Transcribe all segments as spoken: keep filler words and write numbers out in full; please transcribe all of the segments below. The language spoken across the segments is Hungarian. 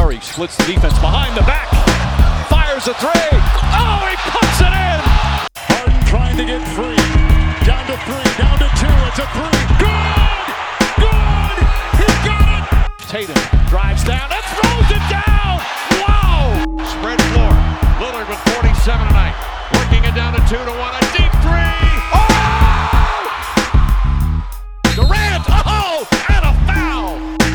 Murray splits the defense behind the back. Fires a three. Oh, he puts it in. Harden trying to get free. Down to three, down to two. It's a three. Good! Good! He got it! Tatum drives down and throws it down. Wow! Spread floor. Lillard with forty-seven tonight. Working it down to two to one. A deep three. Oh! Durant. Oh! And a foul.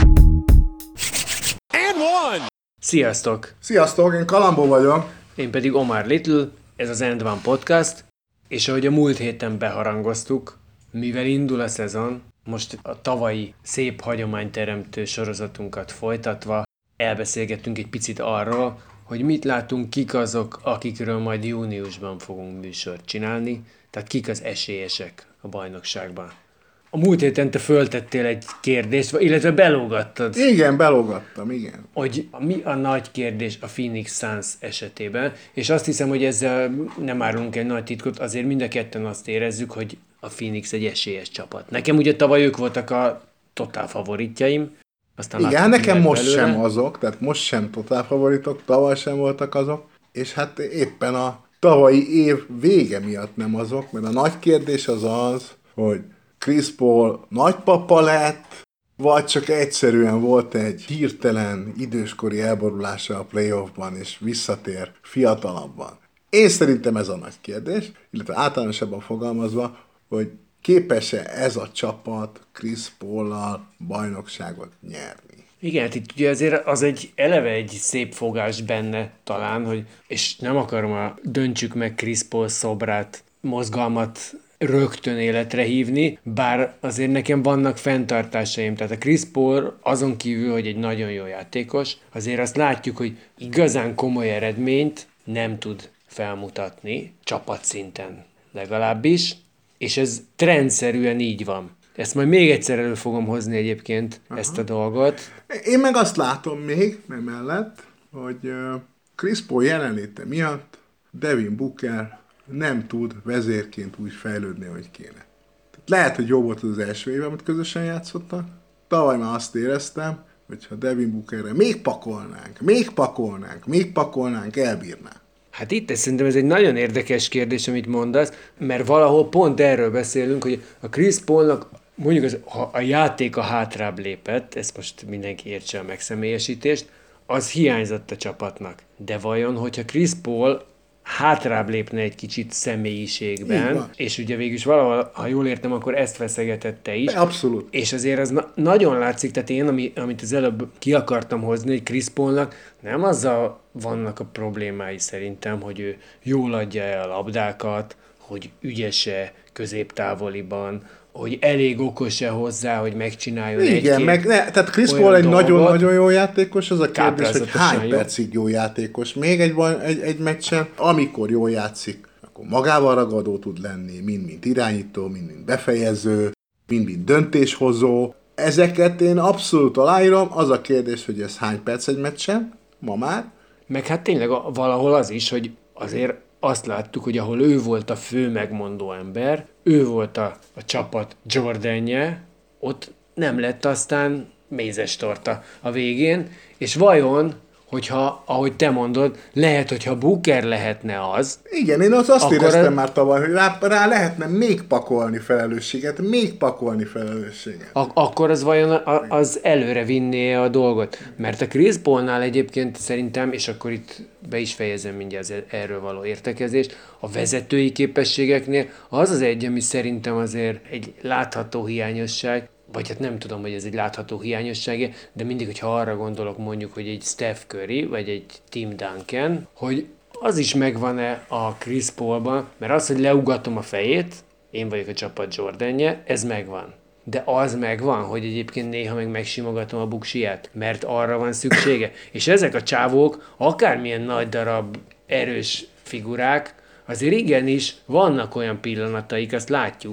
And one. Sziasztok! Sziasztok, én Kalambó vagyok. Én pedig Omar Little, ez az And One Podcast, és ahogy a múlt héten beharangoztuk, mivel indul a szezon, most a tavalyi szép hagyományteremtő sorozatunkat folytatva elbeszélgettünk egy picit arról, hogy mit látunk, kik azok, akikről majd júniusban fogunk műsort csinálni, tehát kik az esélyesek a bajnokságban. A múlt héten te föltettél egy kérdést, illetve belógattad. Igen, belógattam, igen. Hogy mi a nagy kérdés a Phoenix Suns esetében, és azt hiszem, hogy ezzel nem árulunk egy nagy titkot, azért mind a ketten azt érezzük, hogy a Phoenix egy esélyes csapat. Nekem ugye tavaly ők voltak a totál favoritjaim. Aztán igen, nekem most belőle. Sem azok, tehát most sem totál favoritok, tavaly sem voltak azok, és hát éppen a tavalyi év vége miatt nem azok, mert a nagy kérdés az az, hogy Chris Paul nagypapa lett, vagy csak egyszerűen volt egy hirtelen időskori elborulása a playoffban, és visszatér fiatalabban. Én szerintem ez a nagy kérdés, illetve általánosabban fogalmazva, hogy képes-e ez a csapat Chris Paul-lal bajnokságot nyerni. Igen, hát itt ugye azért az egy eleve egy szép fogás benne talán, hogy, és nem akarom a döntsük meg Chris Paul szobrát, mozgalmat rögtön életre hívni, bár azért nekem vannak fenntartásaim. Tehát a Chris Paul azon kívül, hogy egy nagyon jó játékos, azért azt látjuk, hogy igazán komoly eredményt nem tud felmutatni, csapatszinten legalábbis, és ez trendszerűen így van. Ezt majd még egyszer elő fogom hozni egyébként, aha, ezt a dolgot. Én meg azt látom még, mellett, hogy Chris Paul jelenléte miatt Devin Booker nem tud vezérként úgy fejlődni, hogy kéne. Lehet, hogy jobb volt az első év, amit közösen játszottak. Tavaly már azt éreztem, hogy ha Devin Bookerre még pakolnánk, még pakolnánk, még pakolnánk, elbírná. Hát itt szerintem ez egy nagyon érdekes kérdés, amit mondasz, mert valahol pont erről beszélünk, hogy a Chris Paulnak mondjuk az, ha a játéka hátrább lépett, ezt most mindenki értse a megszemélyesítést, az hiányzott a csapatnak. De vajon, hogyha Chris Paul hátrább lépne egy kicsit személyiségben, és ugye végülis valahol, ha jól értem, akkor ezt feszegetette is. Abszolút. És azért az na- nagyon látszik, tehát én, ami, amit az előbb ki akartam hozni, hogy Chris Paulnak nem azzal vannak a problémái szerintem, hogy ő jól adja el a labdákat, hogy ügyese középtávoliban, hogy elég okos-e hozzá, hogy megcsináljon egy-két. Igen, meg ne, tehát Chris Paul egy nagyon-nagyon jó játékos, az a kérdés, hogy hány jó. percig jó játékos. Még egy, egy, egy meccsen, amikor jól játszik, akkor magával ragadó tud lenni, mind-mind irányító, mind-mind befejező, mind-mind döntéshozó. Ezeket én abszolút aláírom, az a kérdés, hogy ez hány perc egy meccsen, ma már. Meg hát tényleg valahol az is, hogy azért azt láttuk, hogy ahol ő volt a fő megmondó ember, ő volt a, a csapat Jordanje, ott nem lett aztán mézestorta a végén, és vajon, hogyha, ahogy te mondod, lehet, hogyha Booker lehetne az. Igen, én azt, azt éreztem a... már tavaly, hogy rá, rá lehetne még pakolni felelősséget, még pakolni felelősséget. Ak- akkor az vajon a, az előre vinné a dolgot? Mert a Chris Paulnál egyébként szerintem, és akkor itt be is fejezem mindjárt az erről való értekezést, a vezetői képességeknél az az egy, ami szerintem azért egy látható hiányosság, vagy hát nem tudom, hogy ez egy látható hiányosság, de mindig, hogyha arra gondolok mondjuk, hogy egy Steph Curry, vagy egy Tim Duncan, hogy az is megvan-e a Chris Paulban, mert az, hogy leugatom a fejét, én vagyok a csapat Jordanje, ez megvan. De az megvan, hogy egyébként néha meg megsimogatom a buksiját, mert arra van szüksége. És ezek a csávók, akármilyen nagy darab, erős figurák, azért igenis vannak olyan pillanataik, azt látjuk,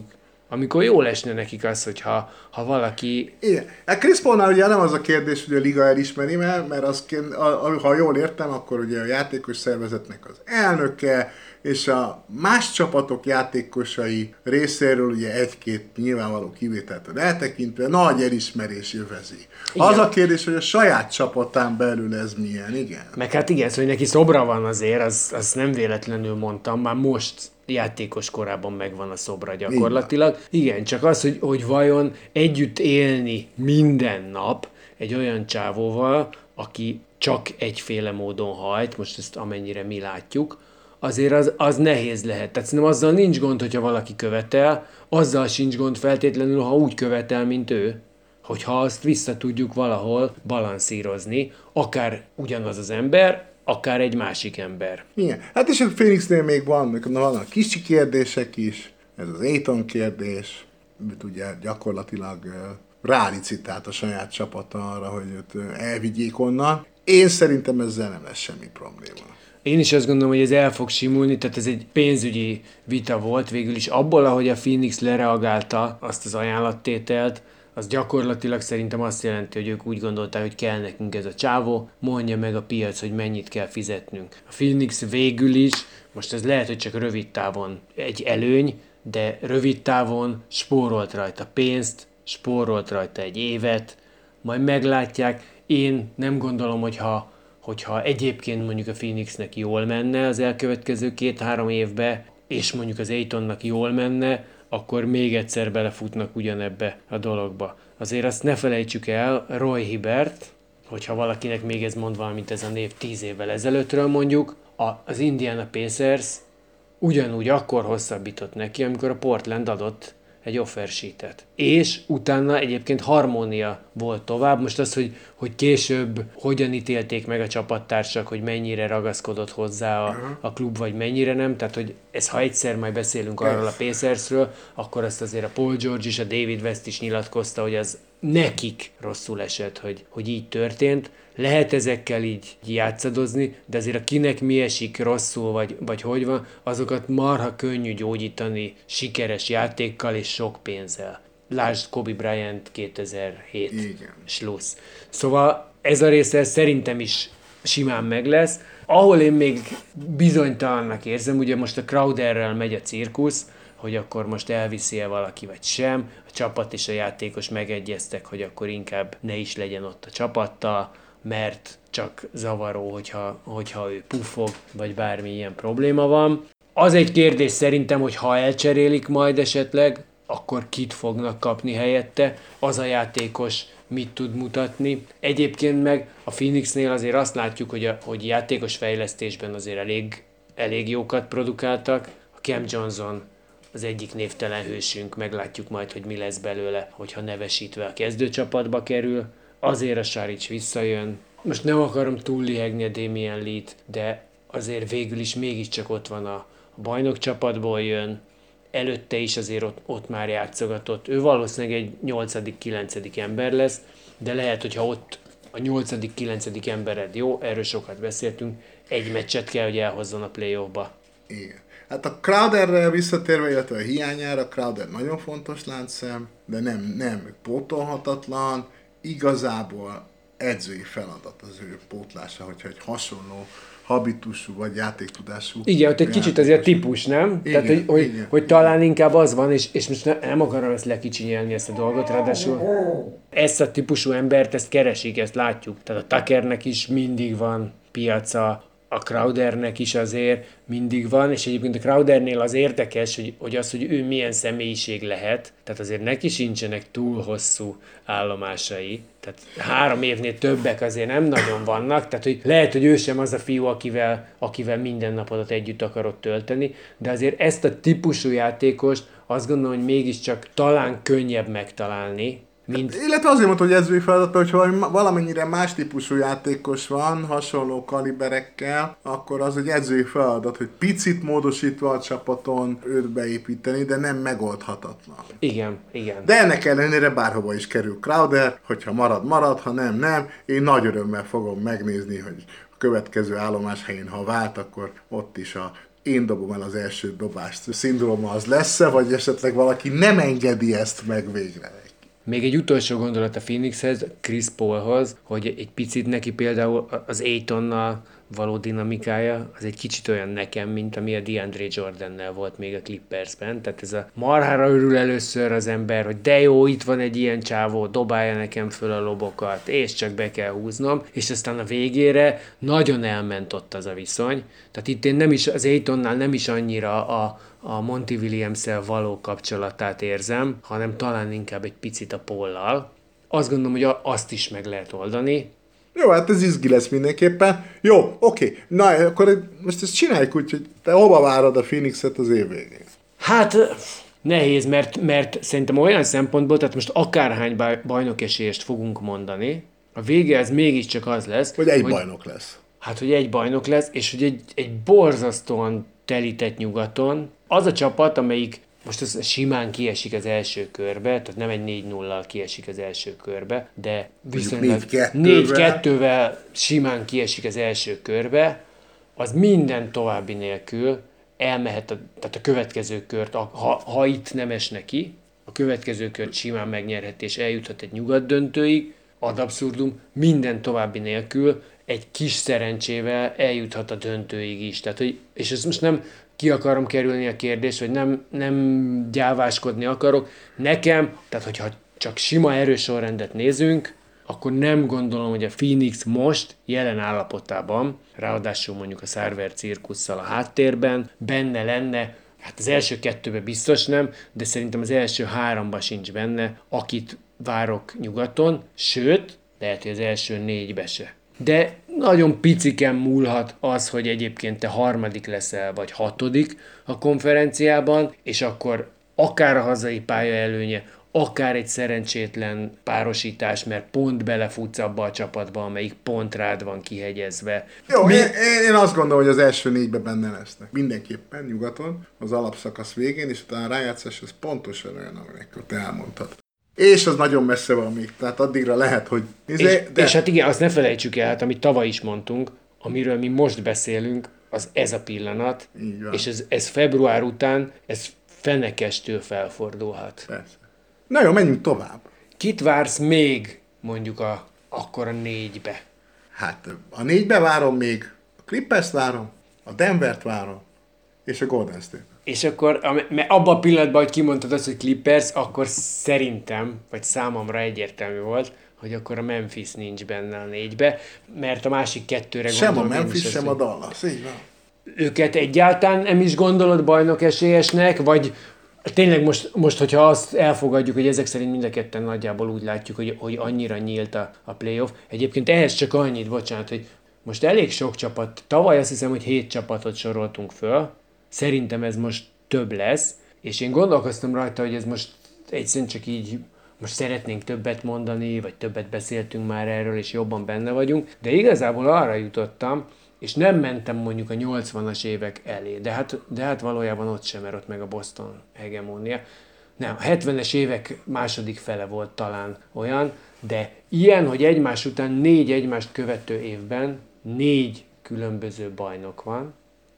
amikor jól esne nekik az, hogyha ha valaki... Igen. Hát Chris Paulnál ugye nem az a kérdés, hogy a liga elismeri, mert, mert az, ha jól értem, akkor ugye a játékos szervezetnek az elnöke, és a más csapatok játékosai részéről ugye egy-két nyilvánvaló kivételtől eltekintve nagy elismerés jövezi. Igen. Az a kérdés, hogy a saját csapatán belül ez milyen, igen. Meg hát igen, szóval neki szobra van azért, az, az nem véletlenül mondtam, már most játékos korában megvan a szobra gyakorlatilag. Igen, igen, csak az, hogy, hogy vajon együtt élni minden nap egy olyan csávóval, aki csak egyféle módon hajt, most ezt amennyire mi látjuk, azért az, az nehéz lehet. Tehát szerintem azzal nincs gond, hogyha valaki követel, azzal sincs gond feltétlenül, ha úgy követel, mint ő, hogyha azt vissza tudjuk valahol balanszírozni, akár ugyanaz az ember, akár egy másik ember. Igen. Hát és a Phoenixnél még vannak, vannak kicsi kérdések is, ez az Ayton kérdés, ugye gyakorlatilag rálicitált a saját csapata arra, hogy őt elvigyék onnan. Én szerintem ezzel nem lesz semmi probléma. Én is azt gondolom, hogy ez el fog simulni, tehát ez egy pénzügyi vita volt végül is. Abból, ahogy a Phoenix lereagálta azt az ajánlattételt, az gyakorlatilag szerintem azt jelenti, hogy ők úgy gondolták, hogy kell nekünk ez a csávó, mondja meg a piac, hogy mennyit kell fizetnünk. A Phoenix végül is, most ez lehet, hogy csak rövid távon egy előny, de rövid távon spórolt rajta pénzt, spórolt rajta egy évet, majd meglátják. Én nem gondolom, hogyha hogyha egyébként mondjuk a Phoenixnek jól menne az elkövetkező két-három évbe, és mondjuk az Aytonnak jól menne, akkor még egyszer belefutnak ugyanebbe a dologba. Azért azt ne felejtsük el, Roy Hibbert, hogyha valakinek még ez mond valamit ez a név tíz évvel ezelőttről mondjuk, az Indiana Pacers ugyanúgy akkor hosszabbított neki, amikor a Portland adott egy offer sheetet. És utána egyébként harmónia volt tovább. Most az, hogy, hogy később hogyan ítélték meg a csapattársak, hogy mennyire ragaszkodott hozzá a, a klub, vagy mennyire nem. Tehát, hogy ez, ha egyszer majd beszélünk arról a Pacersről, akkor azt azért a Paul George és a David West is nyilatkozta, hogy az nekik rosszul esett, hogy, hogy így történt. Lehet ezekkel így játszadozni, de azért akinek mi esik rosszul, vagy, vagy hogy van, azokat marha könnyű gyógyítani sikeres játékkal és sok pénzzel. Lásd Kobe Bryant kétezer-hét slussz. Szóval ez a része szerintem is simán meg lesz. Ahol én még bizonytalannak érzem, ugye most a Crowderrel megy a cirkusz, hogy akkor most elviszi-e valaki vagy sem. A csapat és a játékos megegyeztek, hogy akkor inkább ne is legyen ott a csapattal, mert csak zavaró, hogyha, hogyha ő puffog, vagy bármi ilyen probléma van. Az egy kérdés szerintem, hogy ha elcserélik majd esetleg, akkor kit fognak kapni helyette, az a játékos mit tud mutatni. Egyébként meg a Phoenixnél azért azt látjuk, hogy, a, hogy játékos fejlesztésben azért elég, elég jókat produkáltak. A Cam Johnson az egyik névtelen hősünk, meglátjuk majd, hogy mi lesz belőle, hogyha nevesítve a kezdőcsapatba kerül. Azért a Saric visszajön. Most nem akarom túl lihegni a Damian Lee-t, de azért végül is mégiscsak ott van a, a bajnok csapatból jön. Előtte is azért ott, ott már játszogatott. Ő valószínűleg egy nyolcadik-kilencedik ember lesz, de lehet, hogyha ott a nyolcadik-kilencedik embered jó, erről sokat beszéltünk, egy meccset kell, hogy elhozzon a playoffba. Igen. Hát a Crowderre visszatérve, illetve a hiányára, Crowder nagyon fontos láncszem, de nem, nem pótolhatatlan. Igazából edzői feladat az ő pótlása, hogyha egy hasonló habitusú vagy játéktudású. Igen, ott egy kicsit azért típus, nem? Igen, tehát, hogy, hogy, hogy talán inkább az van, és, és most ne, nem akarom ezt lekicsinyelni, ezt a dolgot, ráadásul ezt a típusú embert, ezt keresik, ezt látjuk. Tehát a Tuckernek is mindig van piaca, a Crowdernek is azért mindig van, és egyébként a Crowdernél az érdekes, hogy, hogy az, hogy ő milyen személyiség lehet, tehát azért neki sincsenek túl hosszú állomásai, tehát három évnél többek azért nem nagyon vannak, tehát hogy lehet, hogy ő sem az a fiú, akivel, akivel minden napodat együtt akarod tölteni, de azért ezt a típusú játékost azt gondolom, hogy mégiscsak talán könnyebb megtalálni, mint... Illetve azért mondta, hogy edzői feladat, hogyha valamennyire más típusú játékos van, hasonló kaliberekkel, akkor az egy edzői feladat, hogy picit módosítva a csapaton őt beépíteni, de nem megoldhatatlan. Igen, igen. De ennek ellenére bárhova is kerül Crowder, hogyha marad, marad, ha nem, nem. Én nagy örömmel fogom megnézni, hogy a következő állomás helyén, ha vált, akkor ott is a én dobom el az első dobást. Szindróma az lesz-e, vagy esetleg valaki nem engedi ezt meg végre? Még egy utolsó gondolat a Phoenixhez, Chris Paulhoz, hogy egy picit neki például az Aytonnal való dinamikája, az egy kicsit olyan nekem, mint ami a DeAndre Jordannel volt még a Clippersben. Tehát ez a marhára örül először az ember, hogy de jó, itt van egy ilyen csávó, dobálja nekem föl a lobokat, és csak be kell húznom, és aztán a végére nagyon elment ott az a viszony. Tehát itt én nem is, az Aytonnál nem is annyira a a Monty Williams-szel való kapcsolatát érzem, hanem talán inkább egy picit a Paullal. Azt gondolom, hogy azt is meg lehet oldani. Jó, hát ez izgi lesz mindenképpen. Jó, oké. Na, akkor most ezt csináljuk úgy, hogy te hova várod a Phoenixet az év végén? Hát nehéz, mert, mert szerintem olyan szempontból, tehát most akárhány bajnokesélyest fogunk mondani, a vége ez mégiscsak az lesz, hogy egy hogy, bajnok lesz. Hát, hogy egy bajnok lesz, és hogy egy, egy borzasztóan telített nyugaton, az a csapat, amelyik most az simán kiesik az első körbe, tehát nem egy négy nullal kiesik az első körbe, de viszonylag négy kettővel simán kiesik az első körbe, az minden további nélkül elmehet, a, tehát a következő kört, ha, ha itt nem esne ki, a következő kört simán megnyerhet és eljuthat egy nyugat döntőig, ad abszurdum, minden további nélkül egy kis szerencsével eljuthat a döntőig is. Tehát, hogy, és ezt most nem ki akarom kerülni a kérdést, vagy nem, nem gyáváskodni akarok. Nekem, tehát hogyha csak sima erősorrendet nézünk, akkor nem gondolom, hogy a Phoenix most jelen állapotában, ráadásul mondjuk a Sarver cirkusszal a háttérben, benne lenne, hát az első kettőben biztos nem, de szerintem az első háromban sincs benne, akit várok nyugaton, sőt, lehet, hogy az első négybe se. De nagyon piciken múlhat az, hogy egyébként te harmadik leszel, vagy hatodik a konferenciában, és akkor akár a hazai pálya előnye, akár egy szerencsétlen párosítás, mert pont belefutsz abba a csapatba, amelyik pont rád van kihegyezve. Jó, Mi... én, én azt gondolom, hogy az első négyben benne lesznek. Mindenképpen nyugaton, az alapszakasz végén, és utána a rájátszás, ez pontosan olyan, amikor te elmondtad. És az nagyon messze van még, tehát addigra lehet, hogy... És, de... és hát igen, azt ne felejtsük el, hát amit tavaly is mondtunk, amiről mi most beszélünk, az ez a pillanat, és ez, ez február után, ez fenekestől felfordulhat. Persze. Na jó, menjünk tovább. Kit vársz még, mondjuk a, akkor a négybe? Hát a négybe várom még, a Clippers várom, a Denvert várom, és a Golden State. És akkor, mert abban a pillanatban, hogy kimondtad azt, hogy Clippers, akkor szerintem, vagy számomra egyértelmű volt, hogy akkor a Memphis nincs benne a négybe, mert a másik kettőre sem gondolom. Sem a Memphis, sem az, a Dallas, így van. Őket egyáltalán nem is gondolod bajnok esélyesnek, vagy tényleg most, most, hogyha azt elfogadjuk, hogy ezek szerint mind a ketten nagyjából úgy látjuk, hogy, hogy annyira nyílt a, a playoff. Egyébként ehhez csak annyit, bocsánat, hogy most elég sok csapat, tavaly azt hiszem, hogy hét csapatot soroltunk föl, szerintem ez most több lesz, és én gondolkoztam rajta, hogy ez most egyszerűen csak így, most szeretnénk többet mondani, vagy többet beszéltünk már erről, és jobban benne vagyunk, de igazából arra jutottam, és nem mentem mondjuk a nyolcvanas évek elé, de hát, de hát valójában ott sem, mert ott meg a Boston hegemónia. Nem, a hetvenes évek második fele volt talán olyan, de ilyen, hogy egymás után négy egymást követő évben négy különböző bajnok van,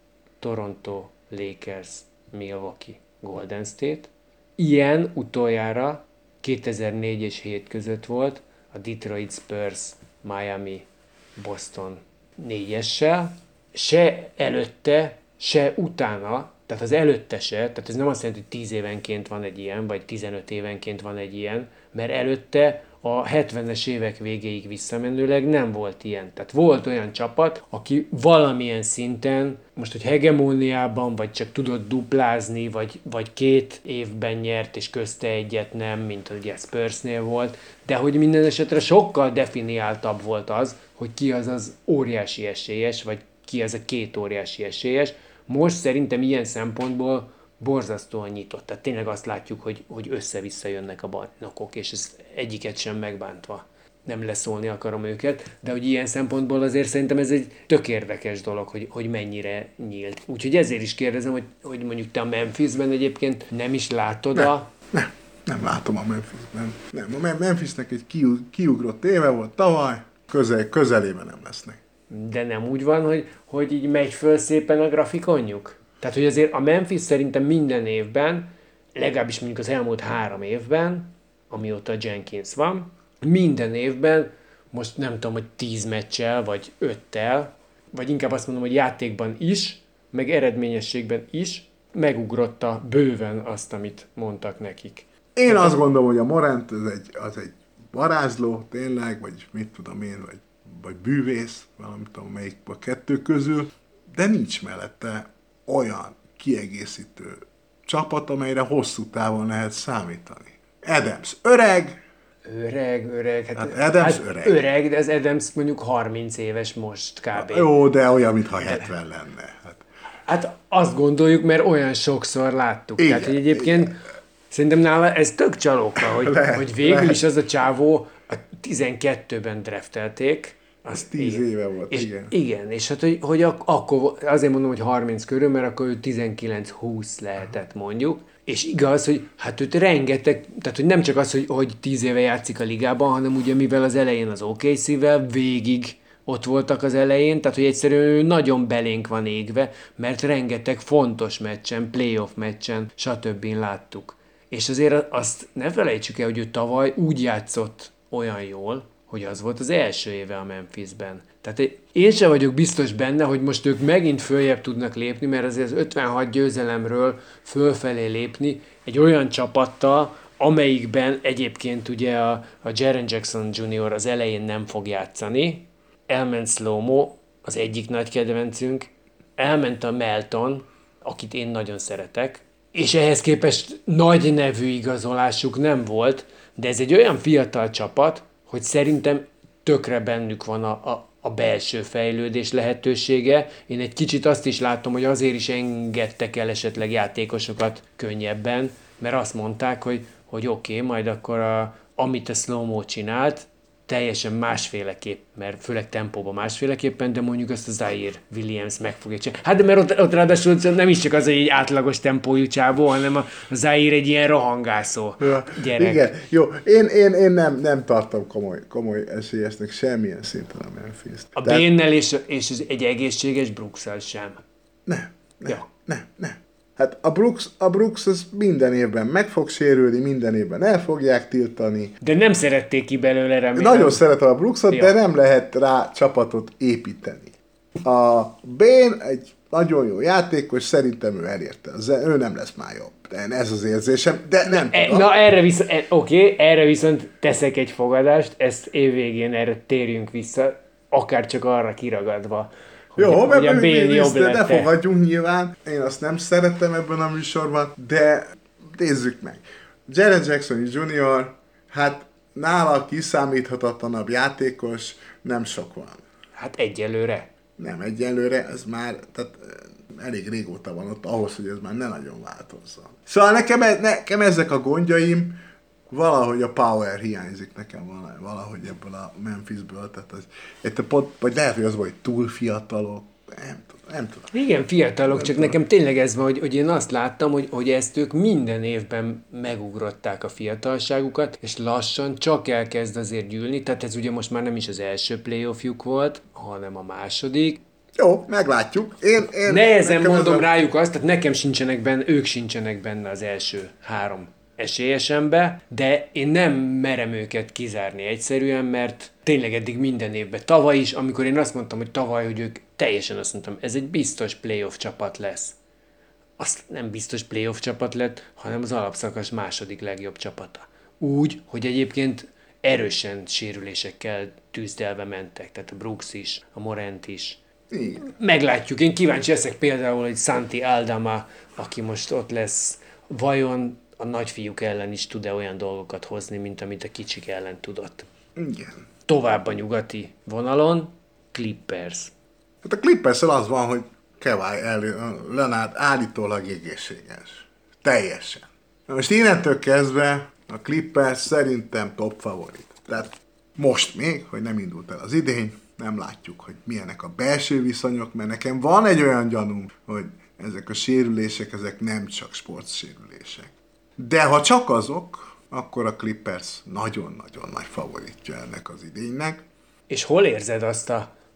Toronto, Lakers, Milwaukee, Golden State. Ilyen utoljára kétezer-négy és hét között volt a Detroit Spurs, Miami, Boston négyessel, se előtte, se utána, tehát az előtte se, tehát ez nem azt jelenti, hogy tíz évenként van egy ilyen, vagy tizenöt évenként van egy ilyen, mert előtte a hetvenes évek végéig visszamenőleg nem volt ilyen. Tehát volt olyan csapat, aki valamilyen szinten, most hogy hegemóniában, vagy csak tudott duplázni, vagy, vagy két évben nyert, és közte egyet nem, mint ugye Spursnél volt, de hogy minden esetre sokkal definiáltabb volt az, hogy ki az az óriási esélyes, vagy ki az a két óriási esélyes. Most szerintem ilyen szempontból borzasztóan nyitott. Tehát tényleg azt látjuk, hogy, hogy össze-vissza jönnek a bajnokok, és ez egyiket sem megbántva. Nem leszólni akarom őket, de hogy ilyen szempontból azért szerintem ez egy tök érdekes dolog, hogy, hogy mennyire nyílt. Úgyhogy ezért is kérdezem, hogy, hogy mondjuk te a Memphisben egyébként nem is látod nem, a... Nem, nem látom a Memphisben. Nem, a Memphisnek egy kiugrott éve volt tavaly, közel, közelében nem lesznek. De nem úgy van, hogy, hogy így megy föl szépen a grafikonjuk? Tehát, hogy azért a Memphis szerintem minden évben, legalábbis mondjuk az elmúlt három évben, amióta Jenkins van, minden évben, most nem tudom, hogy tíz meccsel, vagy öttel, vagy inkább azt mondom, hogy játékban is, meg eredményességben is, megugrotta bőven azt, amit mondtak nekik. Én azt gondolom, hogy a Morant az egy, az egy varázsló, tényleg, vagy mit tudom én, vagy, vagy bűvész, valamit tudom melyik a kettő közül, de nincs mellette olyan kiegészítő csapat, amelyre hosszú távon lehet számítani. Adams öreg, Öreg, öreg. Hát, Hát Adams hát öreg. öreg, de az Adams mondjuk harminc éves most kb. jó, de olyan, mintha hetven lenne. Hát, Hát azt gondoljuk, mert olyan sokszor láttuk. Igen, Tehát, hogy egyébként igen. Szerintem nála ez tök csalóka, hogy, Lehet, hogy végül lehet. is az a csávó a tizenkettőben draftelték. az tíz igen. éve volt, és, igen. Igen, és hát hogy, hogy ak- akkor, azért mondom, hogy harminc körül, mert akkor ő tizenkilenc-húsz lehetett mondjuk. És igaz, hogy hát őt rengeteg, tehát hogy nem csak az, hogy, hogy tíz éve játszik a ligában, hanem ugye mivel az elején az o ká cé-vel végig ott voltak az elején, tehát hogy egyszerűen ő nagyon belénk van égve, mert rengeteg fontos meccsen, playoff meccsen, stb. Láttuk. És azért azt ne felejtsük el, hogy ő tavaly úgy játszott olyan jól, hogy az volt az első éve a Memphisben. Tehát én sem vagyok biztos benne, hogy most ők megint följebb tudnak lépni, mert azért az ötvenhat győzelemről fölfelé lépni egy olyan csapattal, amelyikben egyébként ugye a, a Jaren Jackson junior az elején nem fog játszani, elment Slow-Mo, az egyik nagy kedvencünk, elment a Melton, akit én nagyon szeretek, és ehhez képest nagy nevű igazolásuk nem volt, de ez egy olyan fiatal csapat, hogy szerintem tökre bennük van a, a, a belső fejlődés lehetősége. Én egy kicsit azt is látom, hogy azért is engedtek el esetleg játékosokat könnyebben, mert azt mondták, hogy, hogy oké, okay, majd akkor a, amit a Slow-Mo csinált, teljesen másféleképp, mert főleg tempóban másféleképpen, de mondjuk azt a Zaire Williams meg fogja csinálni. Hát de mert ott, ott ráadásul nem is csak az, hogy egy átlagos tempójú csávó, hanem a Zaire egy ilyen rohangászó Ja, gyerek. igen, jó. Én, én, én nem, nem tartom komoly, komoly esélyesnek semmilyen szinten a Memphis-t. A Tehát- Bénnel és, és egy egészséges Brooks-al sem. Nem, nem, Ja. nem, nem. Hát a Brooks, a Brooks az minden évben meg fog sérülni, minden évben el fogják tiltani. De nem szerették ki belőle, remélem. Nagyon szeretem a Brooksot, Ja. de nem lehet rá csapatot építeni. A Bane egy nagyon jó játékos, szerintem ő elérte. Az- Ő nem lesz már jobb. De ez az érzésem, de nem E, tudom. na erre viszont, e, oké, okay, erre viszont teszek egy fogadást, ezt évvégén erre térjünk vissza, akár csak arra kiragadva, hogy, Jó, hogy a mert Bale jobb de ne lett. fogadjunk nyilván. Én azt nem szeretem ebben a műsorban, de nézzük meg. Jaren Jackson junior, hát nála kiszámíthatatlanabb játékos nem sok van. Hát egyelőre. Nem, egyelőre ez már, tehát eh, elég régóta van ott ahhoz, hogy ez már ne nagyon változzon. Szóval nekem, e- nekem ezek a gondjaim, valahogy a power hiányzik nekem vala- valahogy ebből a Memphisből, tehát az, itt pont, vagy lehet, hogy az volt, hogy túl fiatalok, nem tudom, nem tudom. Igen, fiatalok, Nem csak tudom. nekem tényleg ez van, hogy, hogy én azt láttam, hogy, hogy ezt ők minden évben megugrották a fiatalságukat, és lassan csak elkezd azért gyűlni, tehát ez ugye most már nem is az első playoffjuk volt, hanem a második. Jó, meglátjuk. Én, én, Nehezen nekem mondom ez a- rájuk azt, tehát nekem sincsenek benne, ők sincsenek benne az első három esélyesembe, de én nem merem őket kizárni egyszerűen, mert tényleg eddig minden évben, tavaly is, amikor én azt mondtam, hogy tavaly, hogy ők teljesen azt mondtam, ez egy biztos playoff csapat lesz. Azt nem biztos playoff csapat lett, hanem az alapszakasz második legjobb csapata. Úgy, hogy egyébként erősen sérülésekkel tűzdelve mentek, tehát a Brooks is, a Morant is. Igen. Meglátjuk. Én kíváncsi leszek például, hogy Santi Aldama, aki most ott lesz, vajon a nagyfiúk ellen is tud-e olyan dolgokat hozni, mint amit a kicsik ellen tudott. Igen. Tovább a nyugati vonalon, Clippers. Hát a Clippers-el az van, hogy Kawhi Leonard állítólag egészséges. Teljesen. Na most innentől kezdve a Clippers szerintem top favorit. Tehát most még, hogy nem indult el az idény, nem látjuk, hogy milyenek a belső viszonyok, mert nekem van egy olyan gyanúm, hogy ezek a sérülések, ezek nem csak sportsérülések. De ha csak azok, akkor a Clippers nagyon-nagyon nagy favoritja ennek az idénynek. És hol érzed azt a,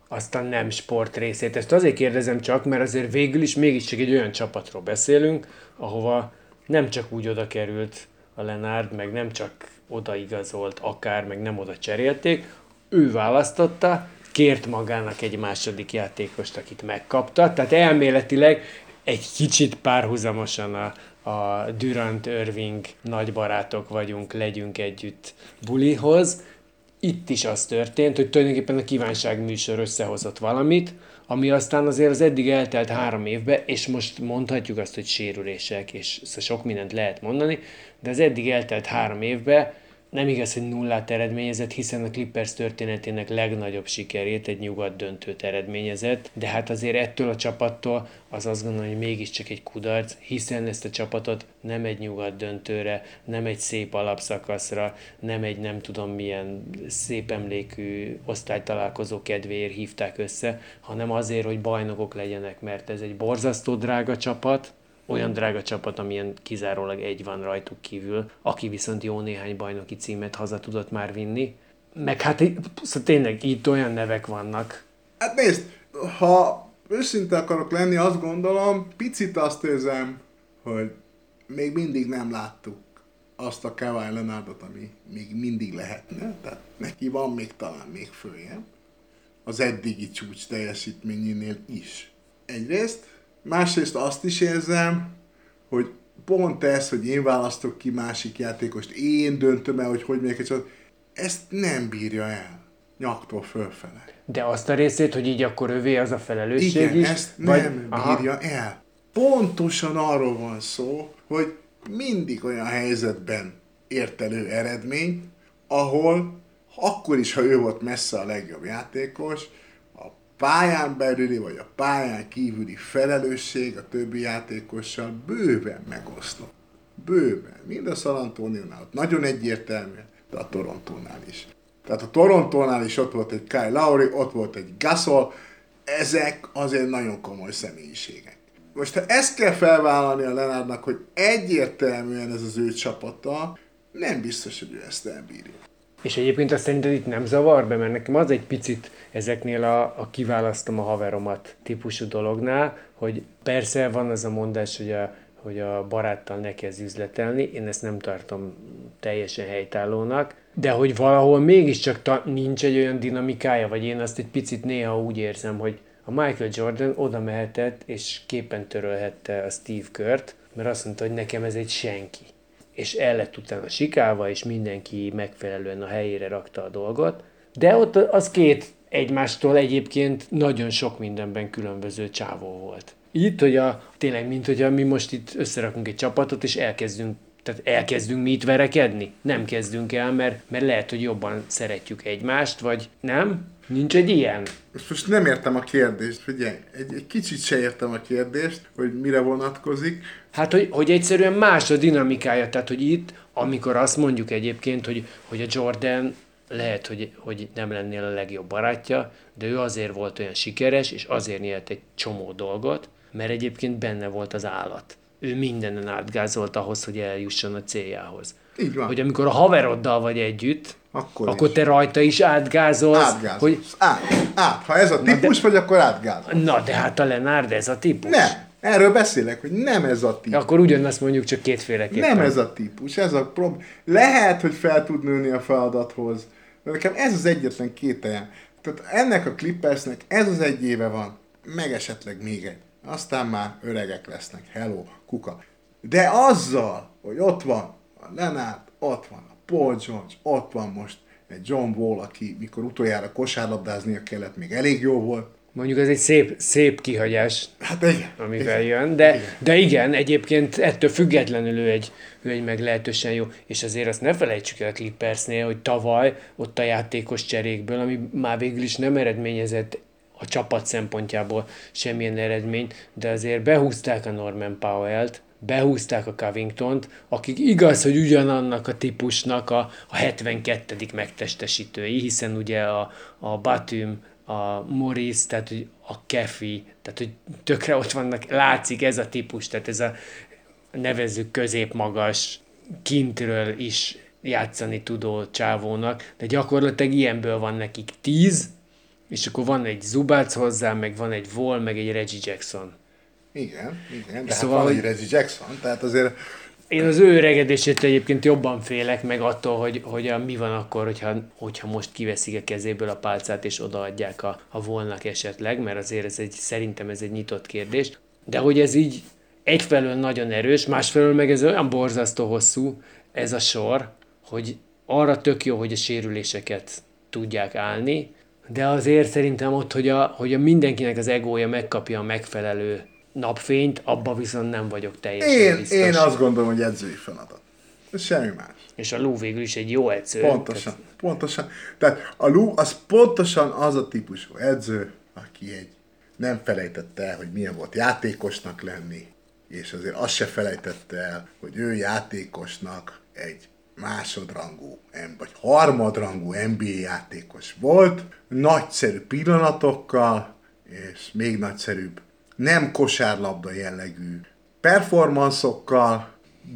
azt a nem sport részét. Ezt azért kérdezem csak, mert azért végül is mégiscsak egy olyan csapatról beszélünk, ahova nem csak úgy oda került a Lenárd, meg nem csak odaigazolt akár, meg nem oda cserélték, ő választotta, kért magának egy második játékost, akit megkapta, tehát elméletileg egy kicsit párhuzamosan a, a Durant-Irving nagybarátok vagyunk, legyünk együtt bulihoz. Itt is az történt, hogy tulajdonképpen a kívánságműsor összehozott valamit, ami aztán azért az eddig eltelt három évben, és most mondhatjuk azt, hogy sérülések, és sok mindent lehet mondani, de az eddig eltelt három évben nem igaz, hogy nullát eredményezett, hiszen a Clippers történetének legnagyobb sikerét egy nyugat döntőt eredményezett, de hát azért ettől a csapattól az azt gondolom, hogy mégiscsak egy kudarc, hiszen ezt a csapatot nem egy nyugat döntőre, nem egy szép alapszakaszra, nem egy nem tudom milyen szép emlékű osztálytalálkozó kedvéért hívták össze, hanem azért, hogy bajnokok legyenek, mert ez egy borzasztó drága csapat, olyan drága csapat, amilyen kizárólag egy van rajtuk kívül, aki viszont jó néhány bajnoki címet haza tudott már vinni. Meg hát szóval tényleg itt olyan nevek vannak. Hát nézd, ha őszinte akarok lenni, azt gondolom, picit azt érzem, hogy még mindig nem láttuk azt a Kawhi Leonardot, ami még mindig lehetne. Tehát neki van még talán még följebb. Az eddigi csúcs teljesítményénél is. Egyrészt. Másrészt azt is érzem, hogy pont ez, hogy én választok ki másik játékost, én döntöm el, hogy hogy megyek egy csapat, ezt nem bírja el nyaktól fölfele. De azt a részét, hogy így akkor övé az a felelősség Igen, is? ezt vagy... nem Aha. bírja el. Pontosan arról van szó, hogy mindig olyan helyzetben ért elő eredményt, ahol akkor is, ha ő volt messze a legjobb játékos, pályán belüli vagy a pályán kívüli felelősség a többi játékossal bőven megoszlott. Bőven. Mind a San Antonio-nál ott nagyon egyértelműen, de a Torontónál is. Tehát a Torontónál is ott volt egy Kyle Lowry, ott volt egy Gasol, ezek azért nagyon komoly személyiségek. Most ha ezt kell felvállalni a Leonardnak, hogy egyértelműen ez az ő csapata, nem biztos, hogy ő ezt elbírja. És egyébként azt szerinted itt nem zavar be, mert nekem az egy picit ezeknél a, a kiválasztom a haveromat típusú dolognál, hogy persze van az a mondás, hogy a, hogy a baráttal ne kezd üzletelni, én ezt nem tartom teljesen helytállónak, de hogy valahol mégiscsak ta, nincs egy olyan dinamikája, vagy én azt egy picit néha úgy érzem, hogy a Michael Jordan oda mehetett, és képen törölhette a Steve Kerrt, mert azt mondta, hogy nekem ez egy senki. És el lett utána sikálva, és mindenki megfelelően a helyére rakta a dolgot. De ott az két egymástól egyébként nagyon sok mindenben különböző csávó volt. Itt, hogy a, tényleg, mint hogy mi most itt összerakunk egy csapatot, és elkezdünk, tehát elkezdünk mi itt verekedni. Nem kezdünk el, mert, mert lehet, hogy jobban szeretjük egymást, vagy nem? Nincs egy ilyen? Most nem értem a kérdést, figyelj, egy, egy kicsit se értem a kérdést, hogy mire vonatkozik. Hát, hogy, hogy egyszerűen más a dinamikája, tehát, hogy itt, amikor azt mondjuk egyébként, hogy, hogy a Jordan lehet, hogy, hogy nem lennél a legjobb barátja, de ő azért volt olyan sikeres, és azért nyert egy csomó dolgot, mert egyébként benne volt az állat. Ő mindenen átgázolt ahhoz, hogy eljusson a céljához. Így van. Hogy amikor a haveroddal vagy együtt, Akkor, akkor is. te rajta is átgázolsz. Átgázolsz. Hogy... Át, át. Ha ez a típus, de... vagy akkor átgázolsz. Na, de hát a Leonard ez a típus. Nem. Erről beszélek, hogy nem ez a típus. Akkor ugyanazt mondjuk csak kétféleképpen. Nem ez a típus, ez a problém. Lehet, hogy fel tud nőni a feladathoz, de nekem ez az egyetlen kételjem. Tehát ennek a Clippersnek ez az egy éve van, meg esetleg még egy. Aztán már öregek lesznek. Hello, kuka. De azzal, hogy ott van a Leonard, ott van a Paul George, ott van most egy John Wall, aki mikor utoljára kosárlabdáznia kellett, még elég jó volt. Mondjuk ez egy szép, szép kihagyás, hát igen, amivel igen, jön, de igen. de igen, egyébként ettől függetlenül ő egy, ő egy meglehetősen jó, és azért azt ne felejtsük el a Clippersnél, hogy tavaly ott a játékos cserékből, ami már végül is nem eredményezett a csapat szempontjából semmilyen eredményt, de azért behúzták a Norman Powell-t, behúzták a Covingtont, akik igaz, hogy ugyanannak a típusnak a, a hetvenkettedik megtestesítői, hiszen ugye a, a Batum, a Morris, tehát hogy a Kefi, tehát hogy tökre ott vannak, látszik ez a típus, tehát ez a nevezzük középmagas, kintről is játszani tudó csávónak, de gyakorlatilag ilyenből van nekik tíz, és akkor van egy Zubac hozzá, meg van egy Wall, meg egy Reggie Jackson. Igen, igen, de Szóval, hát van hogy- egy Reggie Jackson, tehát azért Én az ő öregedését egyébként jobban félek, meg attól, hogy, hogy a, mi van akkor, hogyha, hogyha most kiveszik a kezéből a pálcát, és odaadják a, a Wallnak esetleg, mert azért ez egy, szerintem ez egy nyitott kérdés. De hogy ez így egyfelől nagyon erős, másfelől meg ez olyan borzasztó hosszú, ez a sor, hogy arra tök jó, hogy a sérüléseket tudják állni, de azért szerintem ott, hogy a, hogy a mindenkinek az egója megkapja a megfelelő napfényt, abba viszont nem vagyok teljesen én, biztos. én azt gondolom, hogy edzői feladat. Ez semmi más. És a Lou végül is egy jó edző. Pontosan, pontosan. Tehát a Lou az pontosan az a típusú edző, aki egy nem felejtette el, hogy milyen volt játékosnak lenni, és azért azt se felejtette el, hogy ő játékosnak egy másodrangú, vagy harmadrangú en bé á játékos volt, nagyszerű pillanatokkal, és még nagyszerűbb, nem kosárlabda jellegű performanszokkal,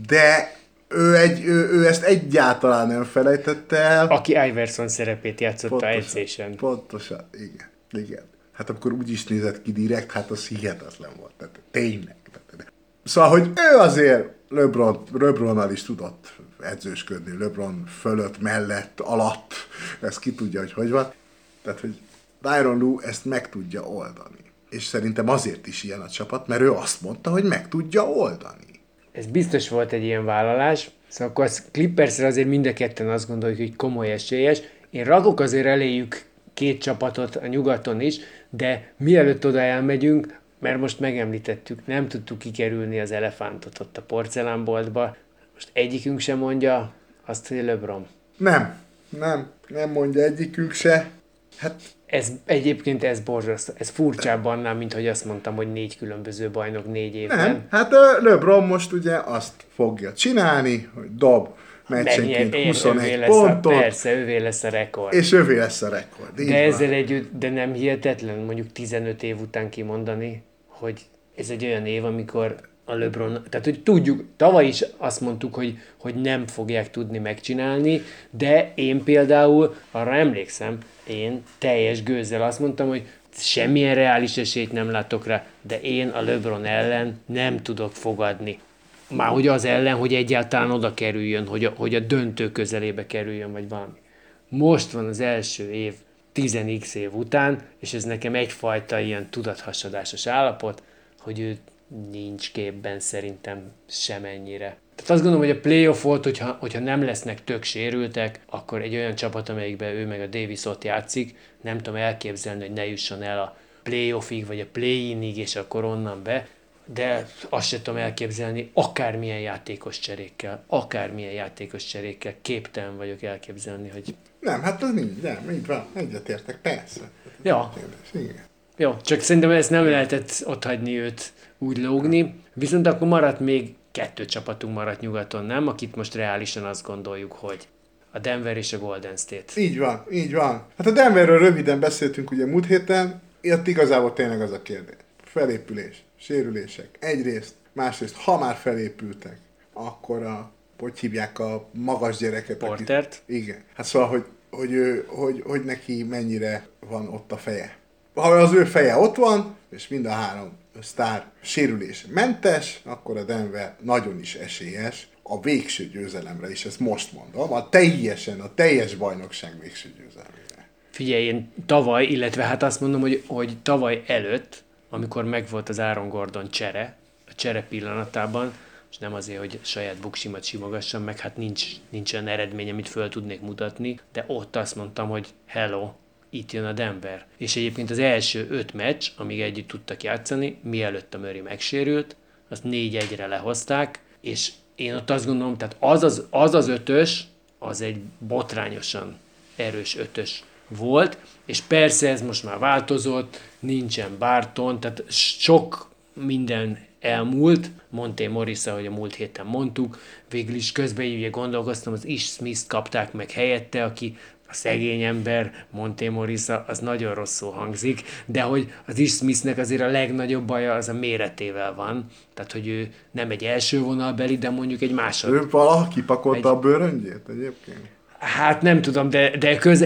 de ő, egy, ő, ő ezt egyáltalán nem felejtette el. Aki Iverson szerepét játszotta edzésen. Pontosan, igen, igen. Hát akkor úgy is nézett ki direkt, hát az hihetetlen volt. Tehát tényleg. Tehát, szóval, hogy ő azért LeBron, LeBronnal is tudott edzősködni, LeBron fölött, mellett, alatt, ezt ki tudja, hogy hogy van. Tehát, hogy Tyronn Lue ezt meg tudja oldani. És szerintem azért is ilyen a csapat, mert ő azt mondta, hogy meg tudja oldani. Ez biztos volt egy ilyen vállalás, szóval akkor a Clippersre azért mind a ketten azt gondoljuk, hogy komoly esélyes. Én rakok azért eléjük két csapatot a nyugaton is, de mielőtt oda elmegyünk, mert most megemlítettük, nem tudtuk kikerülni az elefántot ott a porcelánboltba. Most egyikünk sem mondja azt, hogy LeBron. Nem, nem, nem mondja egyikünk se. Hát Ez egyébként ez borzasztó, ez furcsább annál, mint hogy azt mondtam, hogy négy különböző bajnok négy évben. nem, hát ö, LeBron most ugye azt fogja csinálni, hogy dob meccsenként Megnyer- huszonegy övé lesz a- pontot, Persze, ővé lesz a rekord. és övé lesz a rekord. Így De van. ezzel együtt, de nem hihetetlen mondjuk tizenöt év után kimondani, hogy ez egy olyan év, amikor a LeBron, tehát hogy tudjuk, tavaly is azt mondtuk, hogy, hogy nem fogják tudni megcsinálni, de én például arra emlékszem, én teljes gőzzel azt mondtam, hogy semmilyen reális esélyt nem látok rá, de én a LeBron ellen nem tudok fogadni. Már hogy az ellen, hogy egyáltalán oda kerüljön, hogy a, hogy a döntő közelébe kerüljön, vagy valami. Most van az első év tíz x év után, és ez nekem egyfajta ilyen tudathasadásos állapot, hogy ő nincs képben szerintem semennyire. Tehát azt gondolom, hogy a playoff volt, hogyha, hogyha nem lesznek tök sérültek, akkor egy olyan csapat, amelyikben ő meg a Davis ott játszik, nem tudom elképzelni, hogy ne jusson el a playoffig, vagy a play-inig, és akkor onnan be, de azt sem tudom elképzelni, akármilyen játékos cserékkel, akármilyen játékos cserékkel képtelen vagyok elképzelni, hogy Nem, hát az nincs, nem, így van, egyetértek, persze. Ja. Igen. jó, csak szerintem ezt nem lehetett otthagyni őt úgy lógni, viszont akkor maradt még kettő csapatunk maradt nyugaton, nem? Akit most reálisan azt gondoljuk, hogy a Denver és a Golden State. Így van, így van. Hát a Denverről röviden beszéltünk ugye múlt héten, itt igazából tényleg az a kérdés. Felépülés, sérülések, egyrészt, másrészt, ha már felépültek, akkor a, hogy hívják a magas gyereket? Portert? Aki, igen. Hát szóval, hogy, hogy, ő, hogy, hogy neki mennyire van ott a feje. Ha az ő feje ott van, és mind a három sztár sérülés mentes, akkor a Denver nagyon is esélyes a végső győzelemre is, ezt most mondom, a teljesen, a teljes bajnokság végső győzelemre. Figyelj, én tavaly, illetve hát azt mondom, hogy, hogy tavaly előtt, amikor megvolt az Aaron Gordon csere, a csere pillanatában, és nem azért, hogy saját buksimat simogassam, meg hát nincs, nincs olyan eredmény, amit föl tudnék mutatni, de ott azt mondtam, hogy hello, itt jön a Denver. És egyébként az első öt meccs, amíg együtt tudtak játszani, mielőtt a Murray megsérült, azt négy egyre lehozták, és én ott azt gondolom, tehát az az, az, az ötös, az egy botrányosan erős ötös volt, és persze ez most már változott, nincsen Barton, tehát sok minden elmúlt, Monte Morris, ahogy a múlt héten mondtuk, végül is közben így gondolkoztam, az Ish Smith-t kapták meg helyette, aki a szegény ember, Monte Morris, az nagyon rosszul hangzik, de hogy az Ish Smithnek azért a legnagyobb baja az a méretével van, tehát hogy ő nem egy első vonalbeli, de mondjuk egy másod. Ő valaha kipakolta Egy- a bőröngyét egyébként? Hát nem tudom, de, de köze...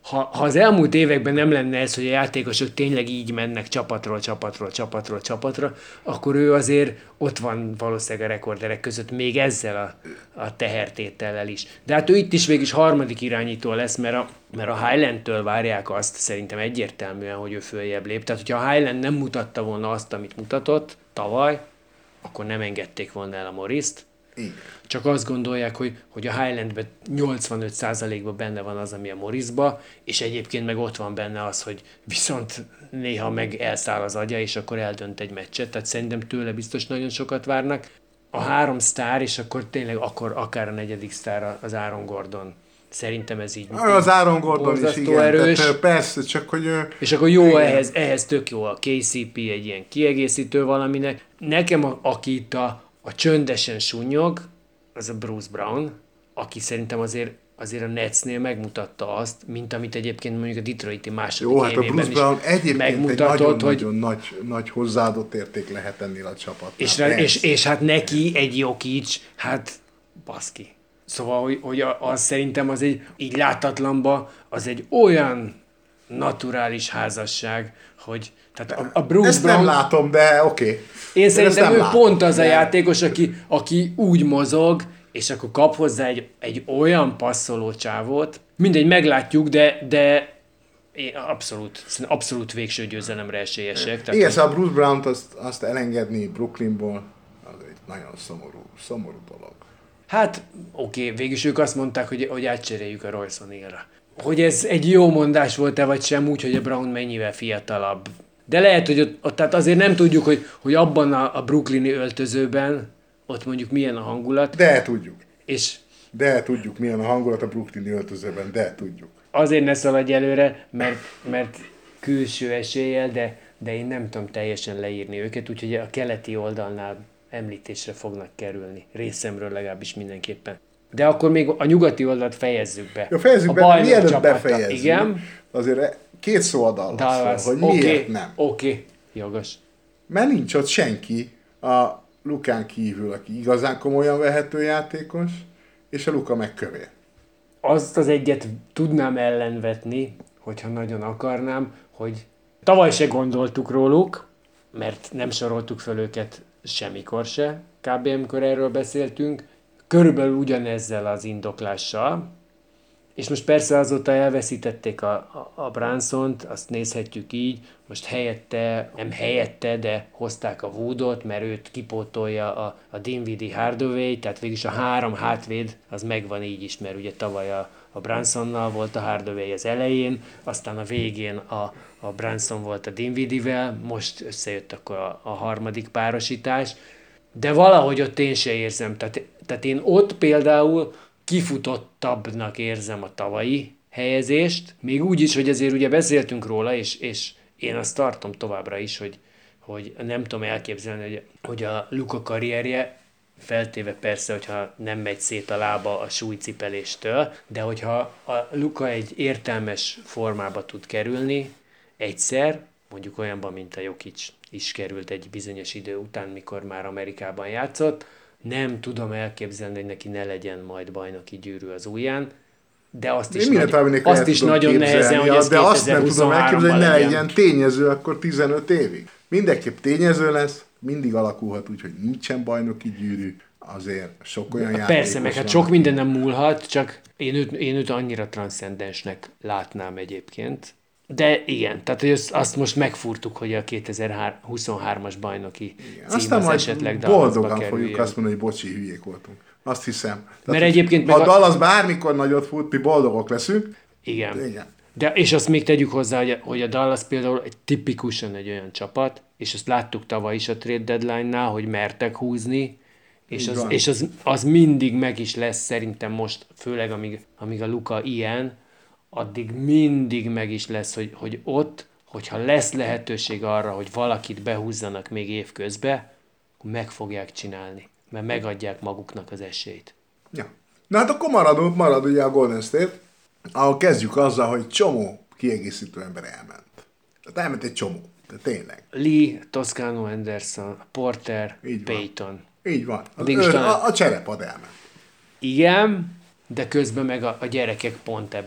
ha, ha az elmúlt években nem lenne ez, hogy a játékosok tényleg így mennek csapatról, csapatról, csapatról, csapatra, akkor ő azért ott van valószínűleg a rekorderek között még ezzel a, a tehertétellel is. De hát ő itt is végig harmadik irányító lesz, mert a, mert a Highlandtől várják azt szerintem egyértelműen, hogy ő följebb lép. Tehát, hogyha a Highland nem mutatta volna azt, amit mutatott tavaly, akkor nem engedték volna el a Morrist. Igen. Csak azt gondolják, hogy, hogy a Highlandben nyolcvanöt százalékban benne van az, ami a Morrisba, és egyébként meg ott van benne az, hogy viszont néha meg elszáll az agya, és akkor eldönt egy meccset. Tehát szerintem tőle biztos nagyon sokat várnak. A három sztár, és akkor tényleg akkor akár a negyedik sztár az Aaron Gordon. Szerintem ez így. Az Aaron Gordon is, igen. Erős. Tehát, persze, csak hogy... És akkor jó, ehhez, ehhez tök jó a ká cé pé, egy ilyen kiegészítő valaminek. Nekem, a, aki itt a, a csöndesen sunnyog, az a Bruce Brown, aki szerintem azért, azért a Netsnél megmutatta azt, mint amit egyébként mondjuk a Detroiti második jó, hát a évében Bruce Brown egyébként megmutatott, egy hogy nagyon nagy, nagy hozzáadott érték lehet ennél a csapatnál. És, és, és hát neki egy Jokic, hát baszki. Szóval, hogy, hogy az szerintem az egy, így látatlanba, az egy olyan naturális házasság, hogy tehát a, a Bruce ezt Brown... nem látom, de oké. Okay. Én szerintem ő látom, pont az de... a játékos, aki, aki úgy mozog, és akkor kap hozzá egy, egy olyan passzoló csávót, mindegy, meglátjuk, de, de én abszolút, abszolút végső győzelemre esélyesek. Tehát, igen, szóval Bruce Brown-t azt, azt elengedni Brooklynból, az egy nagyon szomorú, szomorú dolog. Hát, oké, okay, végülis ők azt mondták, hogy, hogy átcseréljük a Royce O'Neal-ra. Hogy ez egy jó mondás volt-e, vagy sem, úgy, hogy a Brown mennyivel fiatalabb. De lehet, hogy ott, ott tehát azért nem tudjuk, hogy, hogy abban a, a brooklyni öltözőben ott mondjuk milyen a hangulat. De tudjuk. És de tudjuk, milyen a hangulat a brooklyni öltözőben, de tudjuk. Azért ne szaladj előre, mert, mert külső eséllyel, de, de én nem tudom teljesen leírni őket, úgyhogy a keleti oldalnál említésre fognak kerülni. Részemről legalábbis mindenképpen. De akkor még a nyugati oldalt fejezzük be. Jó, fejezzük a be, mielőtt befejezzük. Igen. Azért két szó a Dallasról, Dallas. hogy okay. miért nem. Oké, okay. Jogos. Mert nincs ott senki a Lukán kívül, aki igazán komolyan vehető játékos, és a Luka meg kövér. Azt az egyet tudnám ellenvetni, hogyha nagyon akarnám, hogy tavaly se gondoltuk róluk, mert nem soroltuk fel őket semmikor se, kb. Amikor erről beszéltünk, körülbelül ugyanezzel az indoklással, és most persze azóta elveszítették a, a, a Brunsont, azt nézhetjük így, most helyette, nem helyette, de hozták a Woodot, mert őt kipótolja a, a Dinwiddie Hardaway, tehát végülis a három hátvéd az megvan így is, mert ugye tavaly a, a Brunsonnal volt a Hardaway az elején, aztán a végén a, a Brunson volt a Dinwiddie-vel, most összejött akkor a, a harmadik párosítás, de valahogy ott én se érzem, tehát, tehát én ott például kifutottabbnak érzem a tavalyi helyezést, még úgy is, hogy azért ugye beszéltünk róla, és, és én azt tartom továbbra is, hogy, hogy nem tudom elképzelni, hogy, hogy a Luka karrierje, feltéve persze, hogyha nem megy szét a lába a súlycipeléstől, de hogyha a Luka egy értelmes formába tud kerülni egyszer, mondjuk olyanban, mint a Jokic is került egy bizonyos idő után, mikor már Amerikában játszott, nem tudom elképzelni, hogy neki ne legyen majd bajnoki gyűrű az ujján, de azt is, nagy, azt is nagyon nehezen, hogy ez de azt nem tudom elképzelni, hogy ne legyen. legyen tényező akkor tizenöt évig. Mindenképp tényező lesz, mindig alakulhat úgy, hogy nincsen bajnoki gyűrű, azért sok olyan játékos. Persze, meg hát sok minden nem múlhat, csak én őt, én őt annyira transzcendensnek látnám egyébként. De igen, tehát hogy azt, azt most megfúrtuk, hogy a kétezer-huszonhármas bajnoki igen. cím Aztán az majd esetleg Dallasba boldogan kerüljön. fogjuk azt mondani, hogy bocsi, hülyék voltunk. Azt hiszem. Tehát, Mert egyébként ha meg a Dallas bármikor nagyot fut, mi boldogok leszünk. Igen. igen. De, és azt még tegyük hozzá, hogy a, hogy a Dallas például egy tipikusan egy olyan csapat, és azt láttuk tavaly is a trade deadline-nál, hogy mertek húzni, és, az, és az, az mindig meg is lesz szerintem most, főleg amíg, amíg a Luka ilyen, addig mindig meg is lesz, hogy, hogy ott, hogyha lesz lehetőség arra, hogy valakit behúzzanak még évközbe, meg fogják csinálni, mert megadják maguknak az esélyt. Ja. Na hát akkor maradunk, marad ugye a Golden State, ahol kezdjük azzal, hogy csomó kiegészítő ember elment. Tehát elment egy csomó, de tényleg. Lee, Toscano Anderson, Porter, Így Payton. Van. Így van. Az, ő, talán... a, a cserepad elment. Igen, de közben meg a, a gyerekek pont ebbe,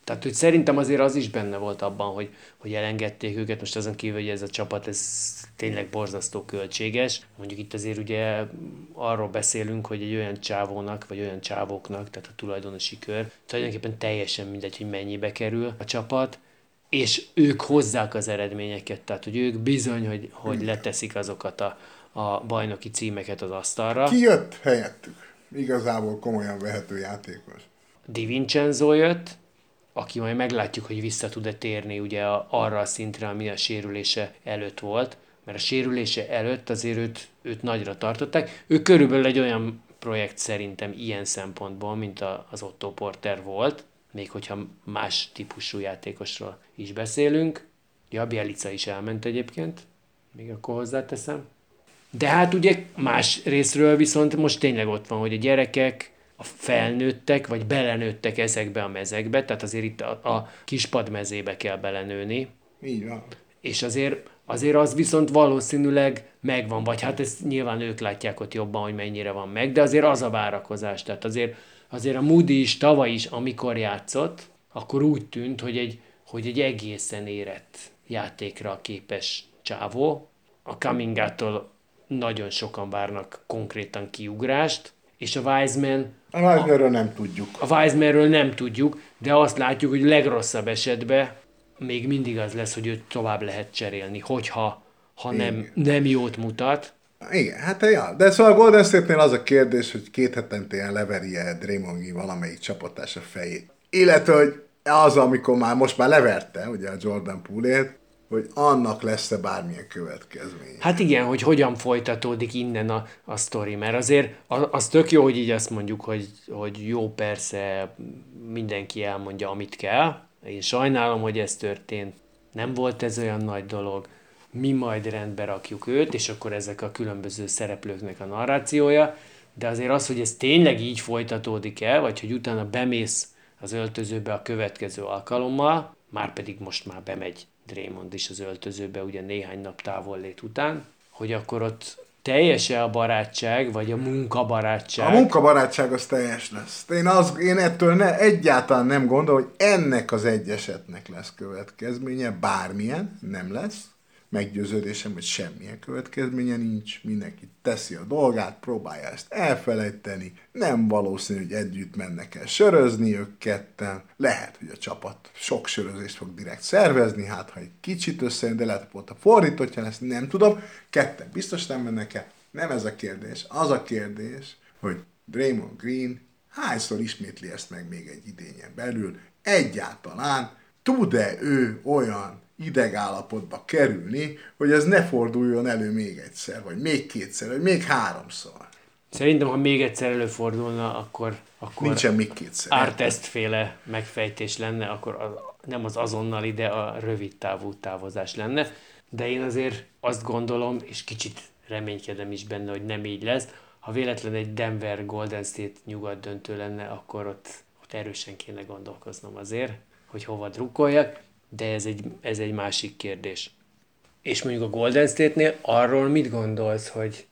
Tehát, hogy szerintem azért az is benne volt abban, hogy, hogy elengedték őket, most azon kívül, hogy ez a csapat, ez tényleg borzasztó költséges. Mondjuk itt azért ugye arról beszélünk, hogy egy olyan csávónak, vagy olyan csávóknak, tehát a tulajdonosi kör, tulajdonképpen teljesen mindegy, hogy mennyibe kerül a csapat, és ők hozzák az eredményeket, tehát hogy ők bizony, hogy, hogy leteszik azokat a, a bajnoki címeket az asztalra. Ki jött helyettük? Igazából komolyan vehető játékos. Di Vincenzo jött, aki majd meglátjuk, hogy vissza tud-e térni ugye a, arra a szintre, ami a sérülése előtt volt, mert a sérülése előtt azért őt, őt nagyra tartották. Ő körülbelül egy olyan projekt szerintem ilyen szempontból, mint a, az Otto Porter volt, még hogyha más típusú játékosról is beszélünk. Ja, Bjelica is elment egyébként, még akkor hozzáteszem. De hát ugye más részről viszont most tényleg ott van, hogy a gyerekek, a felnőttek, vagy belenőttek ezekbe a mezekbe, tehát azért itt a, a kispad mezébe kell belenőni. Így van. És azért, azért az viszont valószínűleg megvan, vagy hát ezt nyilván ők látják ott jobban, hogy mennyire van meg, de azért az a várakozás, tehát azért, azért a Moody is tavaly is, amikor játszott, akkor úgy tűnt, hogy egy, hogy egy egészen érett játékra képes csávó. A Kamingától nagyon sokan várnak konkrétan kiugrást, és a Wiseman... A Wisemanről nem tudjuk. A Wisemanről nem tudjuk, de azt látjuk, hogy legrosszabb esetben még mindig az lesz, hogy őt tovább lehet cserélni, hogyha ha nem, nem jót mutat. Igen, hát ja. De szóval a Golden State-nél az a kérdés, hogy két hetente ilyen leveri-e Draymond Green valamelyik csapattás a fejét. Illetve, hogy az, amikor már most már leverte, ugye a Jordan Poole-ét, hogy annak lesz-e bármilyen következménye. Hát igen, hogy hogyan folytatódik innen a, a sztori, mert azért az, az tök jó, hogy így azt mondjuk, hogy, hogy jó, persze mindenki elmondja, amit kell. Én sajnálom, hogy ez történt. Nem volt ez olyan nagy dolog. Mi majd rendbe rakjuk őt, és akkor ezek a különböző szereplőknek a narrációja. De azért az, hogy ez tényleg így folytatódik el, vagy hogy utána bemész az öltözőbe a következő alkalommal, már pedig most már bemegy Draymond is az öltözőbe, ugye néhány nap távollét után, hogy akkor ott teljes-e a barátság, vagy a munkabarátság? A munkabarátság az teljes lesz. Én, az, én ettől ne, egyáltalán nem gondolom, hogy ennek az egy esetnek lesz következménye, bármilyen, nem lesz. Meggyőződésem, hogy semmilyen következménye nincs, mindenki teszi a dolgát, próbálja ezt elfelejteni, nem valószínű, hogy együtt mennek el sörözni ők ketten, lehet, hogy a csapat sok sörözést fog direkt szervezni, hát ha egy kicsit összejön, de lehet, hogy a fordítottja lesz, nem tudom, ketten biztos nem mennek el, nem ez a kérdés, az a kérdés, hogy Draymond Green hányszor ismétli ezt meg még egy idényen belül, egyáltalán tud-e ő olyan idegállapotba kerülni, hogy ez ne forduljon elő még egyszer, vagy még kétszer, vagy még háromszor. Szerintem, ha még egyszer előfordulna, akkor, akkor nincsen még kétszer. Ártesztféle megfejtés lenne, akkor az, nem az azonnali, de a rövid távú távozás lenne. De én azért azt gondolom, és kicsit reménykedem is benne, hogy nem így lesz. Ha véletlen egy Denver Golden State nyugat döntő lenne, akkor ott, ott erősen kéne gondolkoznom azért, hogy hova drukkoljak. De ez egy, ez egy másik kérdés. És mondjuk a Golden State-nél arról mit gondolsz, hogy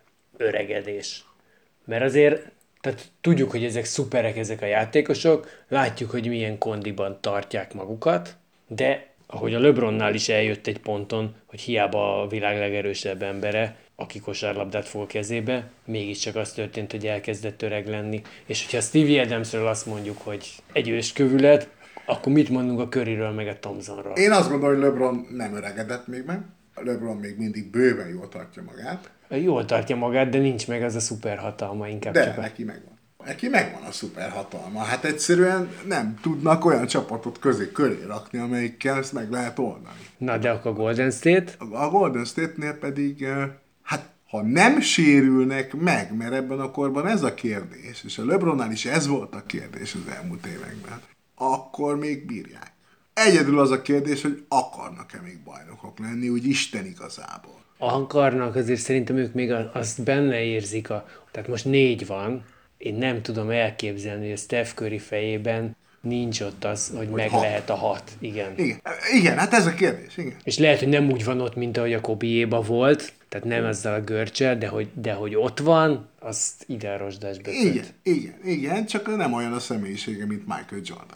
öregedés? Mert azért, tehát tudjuk, hogy ezek szuperek, ezek a játékosok, látjuk, hogy milyen kondiban tartják magukat, de ahogy a LeBronnál is eljött egy ponton, hogy hiába a világ legerősebb embere, aki kosárlabdát fog kezébe, mégiscsak az történt, hogy elkezdett öreg lenni. És hogyha Stevie Adamsről azt mondjuk, hogy egy őskövület, akkor mit mondunk a Curryről meg a Thompsonról? Én azt gondolom, hogy LeBron nem öregedett még meg. A LeBron még mindig bőven jól tartja magát. Jól tartja magát, de nincs meg az a szuperhatalma inkább. De csak neki megvan. Neki megvan a szuperhatalma. Hát egyszerűen nem tudnak olyan csapatot közé köré rakni, amelyikkel ezt meg lehet oldani. Na de akkor a Golden State? A Golden State-nél pedig, hát ha nem sérülnek meg, mert ebben a korban ez a kérdés, és a LeBronnál is ez volt a kérdés az elmúlt években, akkor még bírják. Egyedül az a kérdés, hogy akarnak-e még bajnokok lenni, úgy Isten igazából. Akarnak, azért szerintem ők még azt benne érzik, a, tehát most négy van, én nem tudom elképzelni, hogy a Steph Curry fejében nincs ott az, hogy, hogy meg hat. Lehet a hat. Igen. Igen. Igen, hát ez a kérdés, igen. És lehet, hogy nem úgy van ott, mint ahogy a Kobe-éba volt, tehát nem ezzel a görcsel, de hogy, de hogy ott van, azt ide a rozsdásba. Igen, igen, igen, csak nem olyan a személyisége, mint Michael Jordannek.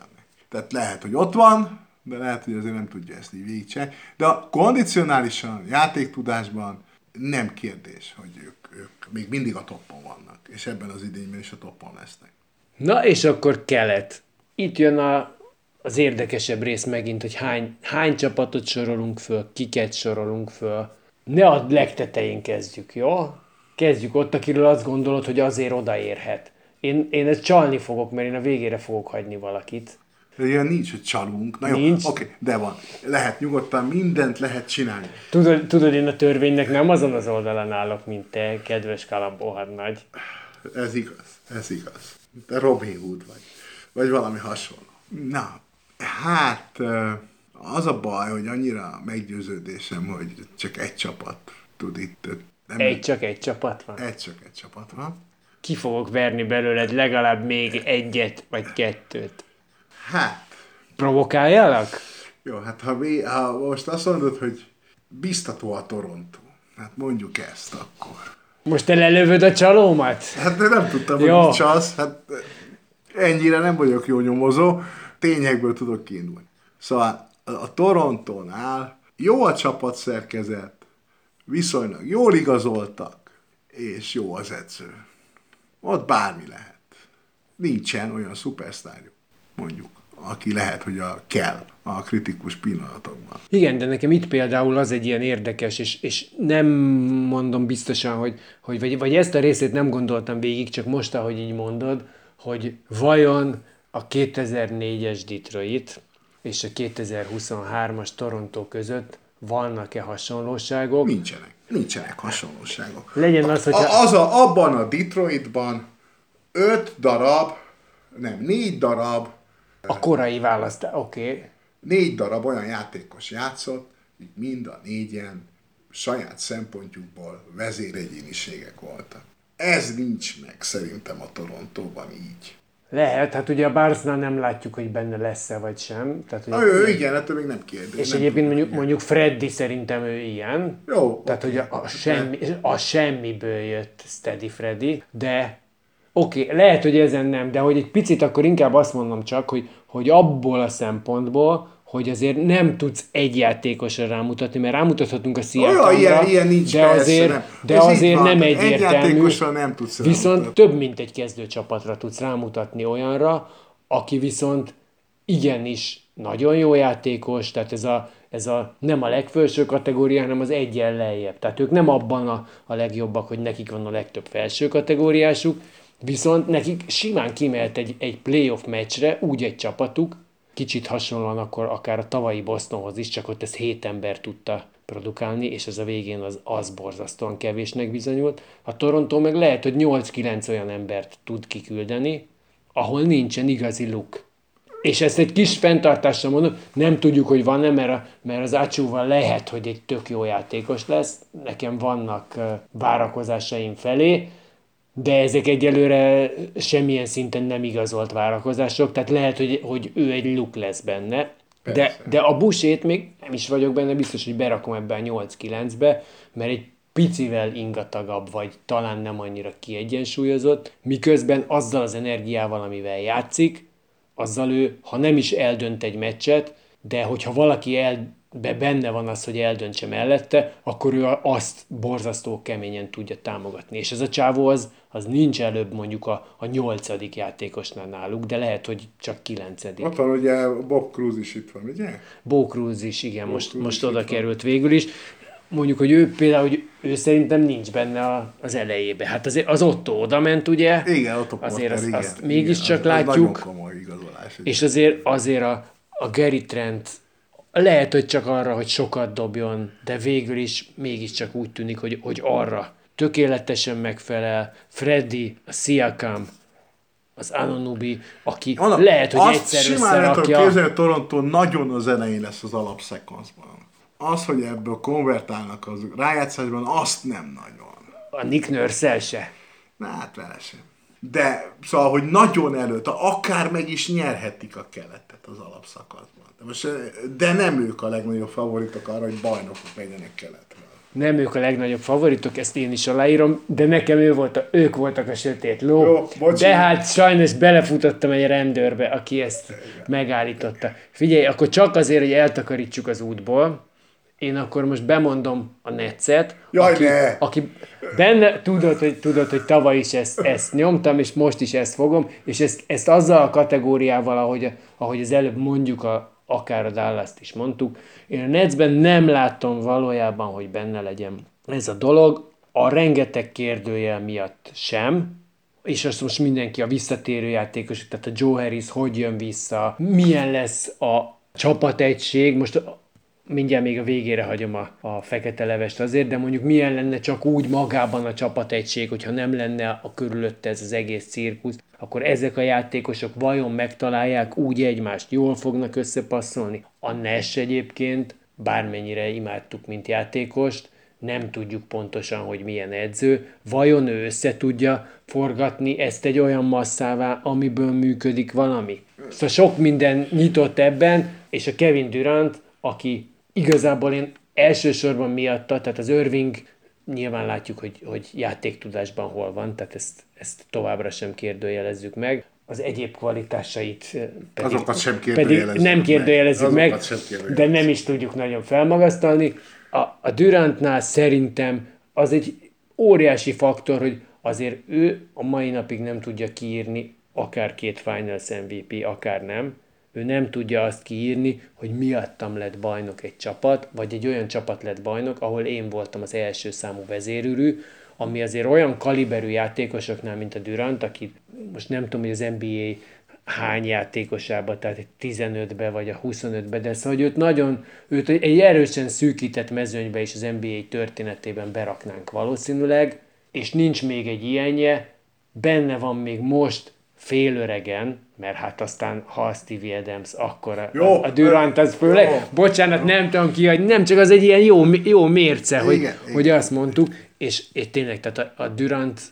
Tehát lehet, hogy ott van, de lehet, hogy azért nem tudja ezt így végigcsinálni. De a kondicionálisan, játéktudásban nem kérdés, hogy ők, ők még mindig a toppon vannak, és ebben az idényben is a toppon lesznek. Na és akkor kelet. Itt jön a, az érdekesebb rész megint, hogy hány, hány csapatot sorolunk föl, kiket sorolunk föl. Ne a legtetején kezdjük, jó? Kezdjük ott, akiről azt gondolod, hogy azért odaérhet. Én, én ezt csalni fogok, mert én a végére fogok hagyni valakit. De ilyen nincs, hogy csalunk. Na jó, Nincs. oké, de van. Lehet nyugodtan, mindent lehet csinálni. Tudod, tudod, én a törvénynek nem azon az oldalán állok, mint te, kedves Kalambóhad nagy. Ez igaz, ez igaz. Te Robin Hood vagy. Vagy valami hasonló. Na, hát az a baj, hogy annyira meggyőződésem, hogy csak egy csapat tud itt. Nem Egy csak egy csapat van. Egy csak egy csapat van. Ki fogok verni belőled legalább még egyet vagy kettőt. Hát, Provokáljalak? jó, hát ha, vé- ha most azt mondod, hogy biztató a Toronto, hát mondjuk ezt akkor. Most te lelövöd a csalómat? Hát de nem tudtam, hogy Jó. mit csalsz, hát ennyire nem vagyok jó nyomozó, tényekből tudok kiindulni. Szóval a, a Torontónál jó a csapatszerkezet, viszonylag jól igazoltak, és jó az edző. Ott bármi lehet. Nincsen olyan szupersztárjuk, mondjuk, aki lehet, hogy a kell a kritikus pillanatokban. Igen, de nekem itt például az egy ilyen érdekes, és, és nem mondom biztosan, hogy, hogy vagy, vagy ezt a részét nem gondoltam végig, csak most, ahogy így mondod, hogy vajon a kétezer-négyes Detroit és a kétezer-huszonhármas Toronto között vannak-e hasonlóságok? Nincsenek. Nincsenek hasonlóságok. Legyen az, hogyha... A, az a, abban a Detroitban öt darab, nem, négy darab, A korai választás, oké. Okay. négy darab olyan játékos játszott, így mind a négyen saját szempontjukból vezéregyéniségek voltak. Ez nincs meg szerintem a Torontóban így. Lehet, hát ugye a Barnesnál nem látjuk, hogy benne lesz-e vagy sem. Tehát, hogy Na, ő, igen, ettől még nem kérdés. és nem egyébként tudom, mondjuk, igen. mondjuk Freddy szerintem ő ilyen. Jó, Tehát, oké. hogy a, a, semmi, a semmiből jött Steady Freddy, de oké, okay, lehet, hogy ezen nem, de hogy egy picit akkor inkább azt mondom csak, hogy, hogy abból a szempontból, hogy azért nem tudsz egy játékosra rámutatni, mert rámutathatunk a Sziakamra, Olyan, ilyen, ilyen nincs, de persze, azért, nem. de Ez így azért van, nem egy egyértelmű. játékosra nem tudsz Viszont rámutatni. több mint egy kezdőcsapatra tudsz rámutatni olyanra, aki viszont igenis nagyon jó játékos, tehát ez a, ez a nem a legfelső kategória, hanem az egyen lejjebb. Tehát ők nem abban a, a legjobbak, hogy nekik van a legtöbb felső kategóriásuk, viszont nekik simán kimehet egy, egy playoff meccsre úgy egy csapatuk, kicsit hasonlóan akkor akár a tavalyi Bostonhoz is, csak ott ezt hét ember tudta produkálni, és ez a végén az, az borzasztóan kevésnek bizonyult. A Toronto meg lehet, hogy nyolc-kilenc olyan embert tud kiküldeni, ahol nincsen igazi luk. És ezt egy kis fenntartással mondom, nem tudjuk, hogy van-e, mert, a, mert az Ácsúval lehet, hogy egy tök jó játékos lesz. Nekem vannak uh, várakozásaim felé, de ezek egyelőre semmilyen szinten nem igazolt várakozások, tehát lehet, hogy, hogy ő egy luk lesz benne. De, de a Busét még nem is vagyok benne, biztos, hogy berakom ebbe a nyolc-kilencbe, mert egy picivel ingatagabb, vagy talán nem annyira kiegyensúlyozott, miközben azzal az energiával, amivel játszik, azzal ő, ha nem is eldönt egy meccset, de hogyha valaki el, be benne van az, hogy eldöntse mellette, akkor ő azt borzasztó keményen tudja támogatni. És ez a csávó az, az nincs előbb mondjuk a, a nyolcadik játékosnál náluk, de lehet, hogy csak kilencedik. Ott van ugye Bob Cruz is itt van, ugye? Bo Cruz is, igen, Bo most, Cruz most is oda itt van. került végül is. Mondjuk, hogy ő például, hogy ő szerintem nincs benne a, az elejébe. Hát azért az Otto oda ment, ugye? Igen, Otto Azért Porter, azt, igen. azt mégiscsak igen, az, az nagyon látjuk. komoly igazolás. És azért, azért a, a Gary Trent lehet, hogy csak arra, hogy sokat dobjon, de végül is mégiscsak úgy tűnik, hogy, hogy arra tökéletesen megfelel. Freddy, a Siakam, az Anunoby, aki Anna, lehet, hogy azt egyszer simán el tudom összerakja. képzelni, hogy Toronto nagyon az elején lesz az alapszekvenszban. Az, hogy ebből konvertálnak az rájátszásban, azt nem nagyon. A Nick Nurse-el se. Na hát vele sem. De szóval, hogy nagyon előtt, akár meg is nyerhetik a keletet az alapszakaszban. De, most, de nem ők a legnagyobb favoritok arra, hogy bajnokok legyenek keletről. nem ők a legnagyobb favoritok, ezt én is aláírom, de nekem ő volt a, ők voltak a sötét ló. Jó, de hát sajnos belefutottam egy rendőrbe, aki ezt megállította. Figyelj, akkor csak azért, hogy eltakarítsuk az útból, én akkor most bemondom a Netszet, aki, aki benne tudod, hogy, tudod, hogy tavaly is ezt, ezt nyomtam, és most is ezt fogom, és ezt, ezt azzal a kategóriával, ahogy, ahogy az előbb mondjuk, a, akár a Dallas-t is mondtuk, én a Netsben nem látom valójában, hogy benne legyen ez a dolog, a rengeteg kérdőjel miatt sem, és azt most mindenki a visszatérő játékos, tehát a Joe Harris hogy jön vissza, milyen lesz a csapategység, most mindjárt még a végére hagyom a, a fekete levest azért, de mondjuk milyen lenne csak úgy magában a csapategység, hogyha nem lenne a körülötte ez az egész cirkusz, akkor ezek a játékosok vajon megtalálják úgy egymást, jól fognak összepasszolni. A Nash egyébként, bármennyire imádtuk, mint játékost, nem tudjuk pontosan, hogy milyen edző, vajon ő össze tudja forgatni ezt egy olyan masszává, amiből működik valami. Szóval sok minden nyitott ebben, és a Kevin Durant, aki igazából én elsősorban miatta, tehát az Irving nyilván látjuk, hogy, hogy játéktudásban hol van, tehát ezt, ezt továbbra sem kérdőjelezzük meg. Az egyéb kvalitásait pedig, Azokat sem pedig nem kérdőjelezzük meg, meg sem de nem is tudjuk nagyon felmagasztalni. A, a Durantnál szerintem az egy óriási faktor, hogy azért ő a mai napig nem tudja kiírni akár két Finals em vé pé, akár nem. Ő nem tudja azt kiírni, hogy miattam lett bajnok egy csapat, vagy egy olyan csapat lett bajnok, ahol én voltam az első számú vezérűrű, ami azért olyan kaliberű játékosoknál, mint a Durant, aki most nem tudom, hogy az en bé á hány játékosába, tehát egy tizenötbe vagy a huszonötbe, de szóval, hogy őt nagyon, őt egy erősen szűkített mezőnybe is az en bé á történetében beraknánk valószínűleg, és nincs még egy ilyenje, benne van még most félöregen, mert hát aztán, ha a Stevie Adams, akkor a, jó, a Durant az főleg, jó, bocsánat, jó. Nem tudom kihagyni, nem csak az egy ilyen jó, jó mérce, igen, hogy, igen. hogy azt mondtuk, és, és tényleg, tehát a, a Durant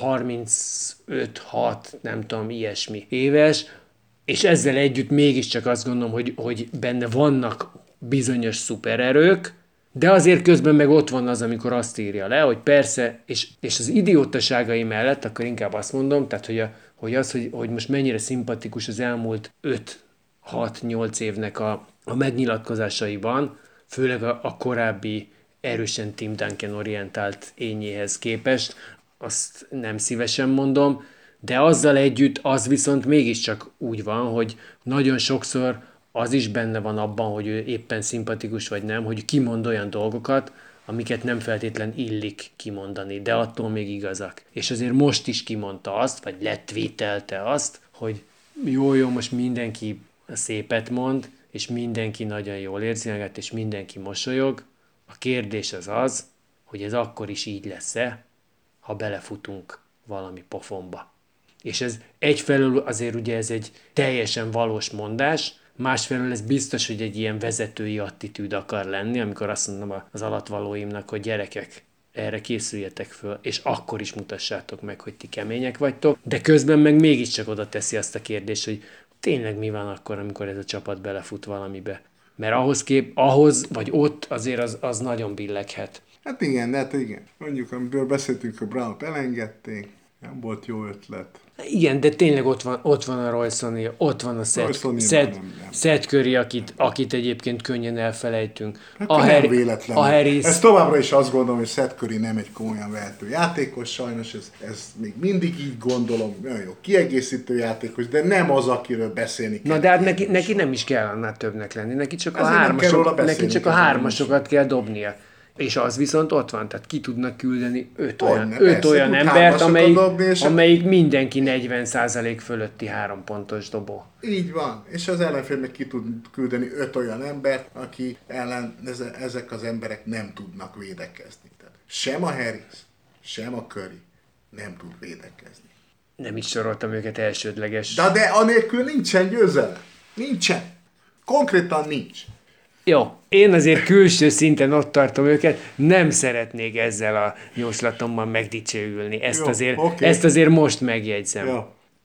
harmincöt hat, nem tudom, ilyesmi éves, és ezzel együtt mégiscsak azt gondolom, hogy, hogy benne vannak bizonyos szupererők, de azért közben meg ott van az, amikor azt írja le, hogy persze, és, és az idiótaságai mellett, akkor inkább azt mondom, tehát, hogy, a, hogy az, hogy, hogy most mennyire szimpatikus az elmúlt öt hat nyolc évnek a, a megnyilatkozásaiban, főleg a, a korábbi erősen Tim Duncan orientált ényéhez képest, azt nem szívesen mondom, de azzal együtt az viszont mégiscsak úgy van, hogy nagyon sokszor az is benne van abban, hogy ő éppen szimpatikus vagy nem, hogy kimond olyan dolgokat, amiket nem feltétlen illik kimondani, de attól még igazak. És azért most is kimondta azt, vagy letweetelte azt, hogy jó, jó, most mindenki szépet mond, és mindenki nagyon jól érzi magát, és mindenki mosolyog. A kérdés az az, hogy ez akkor is így lesz-e, ha belefutunk valami pofonba. És ez egyfelől azért ugye ez egy teljesen valós mondás, másfelől ez biztos, hogy egy ilyen vezetői attitűd akar lenni, amikor azt mondom az alattvalóimnak, hogy gyerekek, erre készüljetek föl, és akkor is mutassátok meg, hogy ti kemények vagytok, de közben meg mégiscsak oda teszi azt a kérdést, hogy tényleg mi van akkor, amikor ez a csapat belefut valamibe. Mert ahhoz kép, ahhoz, vagy ott azért az, az nagyon billeghet. Hát igen, de hát igen. Mondjuk, amiből beszéltünk, a Brown-t elengedték, nem volt jó ötlet. Igen, de tényleg ott van, ott van a Royce, ott van a Seth, Seth, Seth Curry, akit, akit egyébként könnyen elfelejtünk. Hát a nem Harry, véletlen. A Harris... Ez továbbra is azt gondolom, hogy Seth Curry nem egy komolyan vehető játékos, sajnos ez, ez még mindig így gondolom, nagyon jó kiegészítő játékos, de nem az, akiről beszélni kell. Na de hát neki, neki nem is kell annál többnek lenni, neki csak a, hármasok, neki csak a hármasokat kell dobnia. És az viszont ott van, tehát ki tudnak küldeni öt olyan, ne, öt olyan embert, amelyik, amelyik mindenki negyven százalék fölötti három pontos dobó. Így van, és az ellenfélnek ki tud küldeni öt olyan embert, aki ellen ezek az emberek nem tudnak védekezni. Tehát sem a Harris, sem a Curry nem tud védekezni. Nem is soroltam őket elsődleges. De, de anélkül nincsen győzelem. Nincsen. Konkrétan nincs. Jó, én azért külső szinten ott tartom őket, nem szeretnék ezzel a jóslatommal megdicsőülni. Ezt, Jó, azért, okay. ezt azért most megjegyzem. Jó.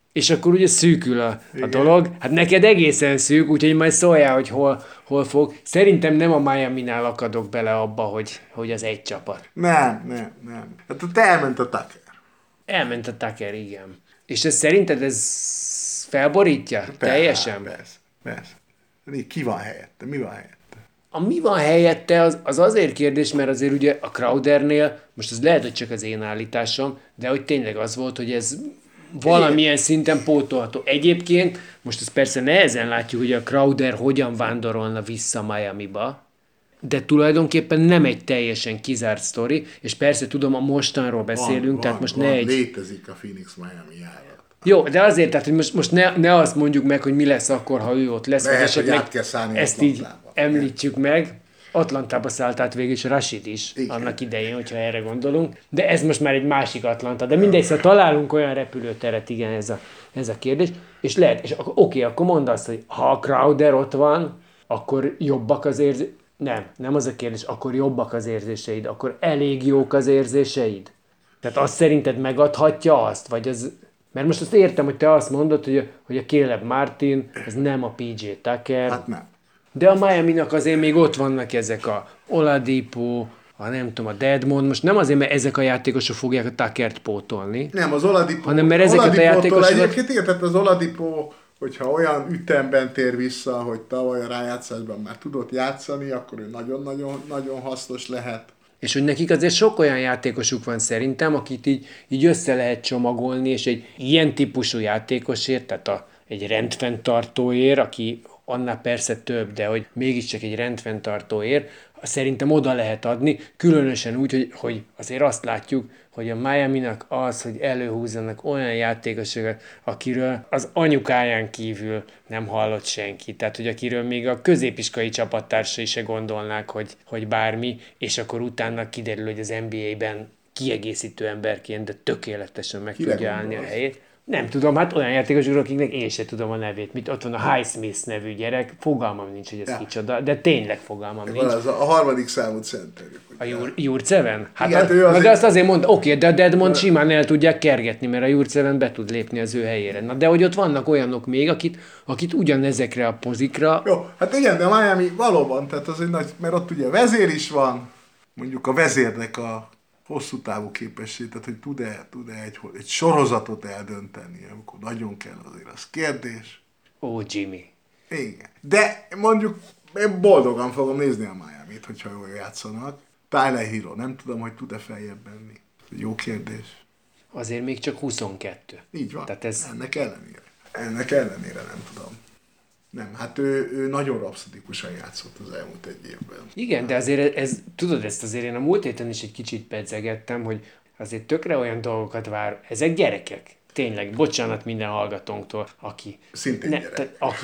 És akkor ugye szűkül a, a dolog. Hát neked egészen szűk, úgyhogy majd szóljál, hogy hol, hol fog. Szerintem nem a Miami-nál akadok bele abba, hogy, hogy az egy csapat. Nem, nem, nem. Hát ott elment a Tucker. Elment a Tucker, igen. És ez szerinted ez felborítja Persze, teljesen? Persze, persze. De ki van helyette? Mi van helyette? A mi van helyette, az, az azért kérdés, mert azért ugye a Crowdernél, most ez lehet, hogy csak az én állításom, de hogy tényleg az volt, hogy ez valamilyen szinten pótolható. Egyébként, most ezt persze nehezen látjuk, hogy a Crowder hogyan vándorolna vissza Miamiba, de tulajdonképpen nem egy teljesen kizárt sztori, és persze tudom, a mostanról beszélünk, van, tehát van, most van, ne egy... létezik a Phoenix-Miami járat. Jó, de azért, tehát hogy most, most ne, ne azt mondjuk meg, hogy mi lesz akkor, ha ő ott lesz, Lehet, vagy hogy esetleg át kell szállni ezt így Atlantába. említsük meg. Atlantába szállt át végül is Rashid is, Igen. annak idején, hogyha erre gondolunk. De ez most már egy másik Atlanta. De mindegy, szóval találunk olyan repülőteret, igen, ez a, ez a kérdés. És lehet, és akkor, oké, akkor mondd azt, hogy ha a Crowder ott van, akkor jobbak az érzéseid. Nem, nem az a kérdés, akkor jobbak az érzéseid, akkor elég jók az érzéseid. Tehát azt szerinted megadhatja azt, vagy az... Mert most azt értem, hogy te azt mondod, hogy a, hogy a Caleb Martin, ez nem a pé jé Tucker. Hát nem. De a Miami-nak azért még ott vannak ezek a Oladipo, a nem tudom, a Dedmon, most nem azért, mert ezek a játékosok fogják a Tuckert pótolni. Nem, az Oladipo... Hanem mert ezeket a Oladipótól játékosokat- Egyébként igen, tehát az Oladipo, hogyha olyan ütemben tér vissza, hogy tavaly a rájátszásban már tudott játszani, akkor ő nagyon-nagyon nagyon hasznos lehet. És hogy nekik azért sok olyan játékosuk van szerintem, akit így, így össze lehet csomagolni, és egy ilyen típusú játékosért, tehát a, egy rendfenntartóért, aki annál persze több, de hogy mégiscsak egy rendfenntartóért, szerintem oda lehet adni, különösen úgy, hogy, hogy azért azt látjuk, hogy a Miami-nak az, hogy előhúzzanak olyan játékosokat, akiről az anyukáján kívül nem hallott senki. Tehát, hogy akiről még a középiskolai csapattársai se gondolnák, hogy, hogy bármi, és akkor utána kiderül, hogy az en bé á-ben kiegészítő emberként, de tökéletesen meg Kire tudja állni a gondolsz? helyét. Nem tudom, hát olyan játékosokról, akiknek én se tudom a nevét. Mit, ott van a Highsmith nevű gyerek, fogalmam nincs, hogy ez Ja. kicsoda, de tényleg fogalmam Van nincs. az a, a harmadik számú centerük. A Jur- Jurceven? Hát Igen, az, ő na azért- de azt azért mondta, oké, de a Dedmond simán el tudják kergetni, mert a Jurceven be tud lépni az ő helyére. Na de hogy ott vannak olyanok még, akit, akit ugyanezekre a pozikra, Jó, hát igen, de a Miami valóban, tehát az egy nagy, mert ott ugye vezér is van, mondjuk a vezérnek a hosszú távú képesség, tehát hogy tud-e, tud-e egy, egy sorozatot eldönteni, amikor nagyon kell, azért az kérdés. ó, Jimmy. Igen. De mondjuk én boldogan fogom nézni a Miami-t, hogyha jól játszanak. Tyler Hero, nem tudom, hogy tud-e feljebb menni. Jó kérdés. Azért még csak huszonkettő. Így van. Tehát ez, Ennek ellenére. Ennek ellenére nem tudom. Nem, hát ő, ő nagyon rapszodikusan játszott az elmúlt egy évben. igen, de azért ez, tudod, ezt azért én a múlt héten is egy kicsit pedzegettem, hogy azért tökre olyan dolgokat vár, ezek gyerekek. Tényleg, bocsánat minden hallgatónktól, aki... Szintén gyerek. tehát aki...